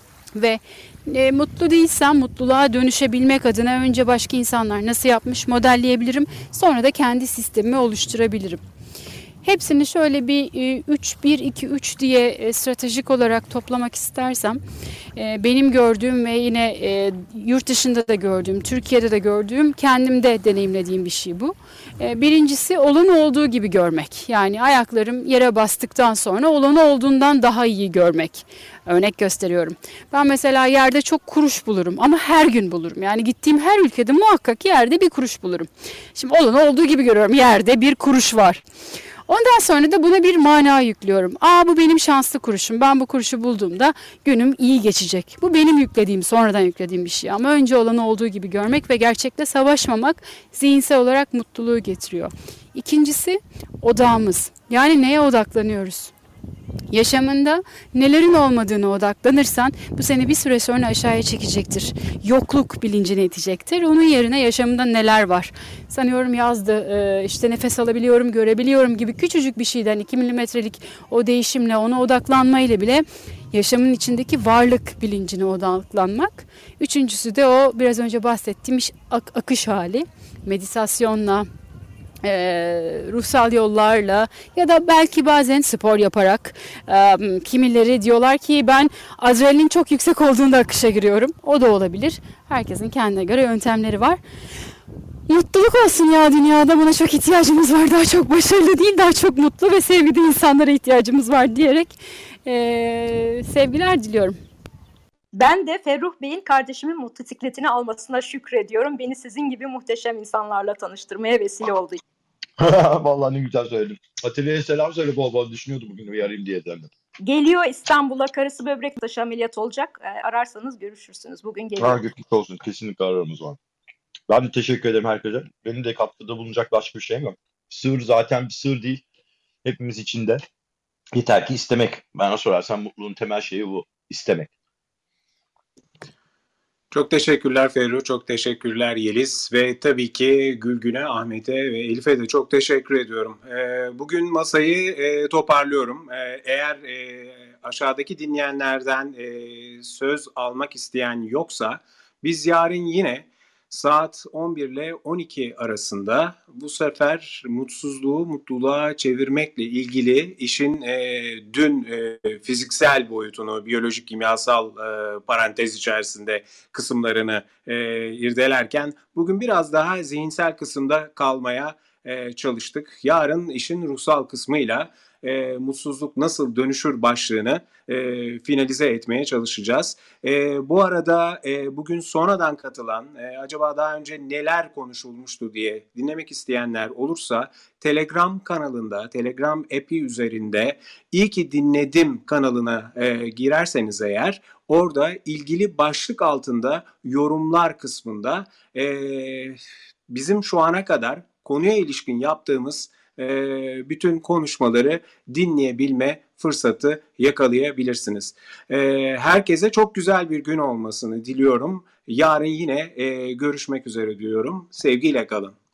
Ve e, mutlu değilsem mutluluğa dönüşebilmek adına önce başka insanlar nasıl yapmış modelleyebilirim. Sonra da kendi sistemimi oluşturabilirim. Hepsini şöyle bir üç bir iki üç diye stratejik olarak toplamak istersem, benim gördüğüm ve yine yurt dışında da gördüğüm, Türkiye'de de gördüğüm, kendimde deneyimlediğim bir şey bu. Birincisi, olanı olduğu gibi görmek. Yani ayaklarım yere bastıktan sonra olanı olduğundan daha iyi görmek. Örnek gösteriyorum. Ben mesela yerde çok kuruş bulurum ama her gün bulurum. Yani gittiğim her ülkede muhakkak yerde bir kuruş bulurum. Şimdi olanı olduğu gibi görüyorum. Yerde bir kuruş var. Ondan sonra da buna bir mana yüklüyorum. Aa, bu benim şanslı kuruşum. Ben bu kuruşu bulduğumda günüm iyi geçecek. Bu benim yüklediğim, sonradan yüklediğim bir şey. Ama önce olanı olduğu gibi görmek ve gerçekle savaşmamak zihinsel olarak mutluluğu getiriyor. İkincisi, odağımız. Yani neye odaklanıyoruz? Yaşamında nelerin olmadığına odaklanırsan bu seni bir süre sonra aşağıya çekecektir. Yokluk bilincine itecektir. Onun yerine yaşamında neler var? Sanıyorum yazdı, işte nefes alabiliyorum, görebiliyorum gibi küçücük bir şeyden iki milimetrelik o değişimle, ona odaklanmayla bile yaşamın içindeki varlık bilincine odaklanmak. Üçüncüsü de o biraz önce bahsettiğim ak- akış hali. Meditasyonla, E, ruhsal yollarla ya da belki bazen spor yaparak, e, kimileri diyorlar ki ben adrenalin çok yüksek olduğunda akışa giriyorum. O da olabilir. Herkesin kendine göre yöntemleri var. Mutluluk olsun ya, dünyada buna çok ihtiyacımız var. Daha çok başarılı değil, daha çok mutlu ve sevgili insanlara ihtiyacımız var diyerek e, sevgiler diliyorum. Ben de Ferruh Bey'in kardeşimin motosikletini almasına şükrediyorum. Beni sizin gibi muhteşem insanlarla tanıştırmaya vesile oldu. Vallahi ne güzel söyledim. Atilla'ya selam söyle bol bol. Düşünüyordum bugün bir arayayım diye senden. Geliyor İstanbul'a, karısı böbrek taşı ameliyatı olacak. E, ararsanız görüşürsünüz. Bugün geliyor. Ha, geçmiş olsun. Kesinlikle ararımız var. Ben de teşekkür ederim herkese. Benim de katkıda bulunacak başka bir şeyim yok. Sır zaten bir sır değil. Hepimiz içinde. Yeter ki istemek. Bana sorarsan mutluluğun temel şeyi bu. İstemek. Çok teşekkürler Ferruh, çok teşekkürler Yeliz ve tabii ki Gülgün'e, Ahmet'e ve Elif'e de çok teşekkür ediyorum. Ee, bugün masayı e, toparlıyorum. Ee, eğer e, aşağıdaki dinleyenlerden e, söz almak isteyen yoksa biz yarın yine saat on bir ile on iki arasında bu sefer mutsuzluğu mutluluğa çevirmekle ilgili işin e, dün e, fiziksel boyutunu, biyolojik kimyasal e, parantez içerisinde kısımlarını e, irdelerken bugün biraz daha zihinsel kısımda kalmaya e, çalıştık. Yarın işin ruhsal kısmıyla e, mutsuzluk nasıl dönüşür başlığını e, finalize etmeye çalışacağız. E, bu arada e, bugün sonradan katılan, e, acaba daha önce neler konuşulmuştu diye dinlemek isteyenler olursa Telegram kanalında, Telegram app'i üzerinde iyi ki dinledim kanalına e, girerseniz eğer, orada ilgili başlık altında yorumlar kısmında e, bizim şu ana kadar konuya ilişkin yaptığımız bütün konuşmaları dinleyebilme fırsatı yakalayabilirsiniz. Herkese çok güzel bir gün olmasını diliyorum. Yarın yine görüşmek üzere diyorum. Sevgiyle kalın.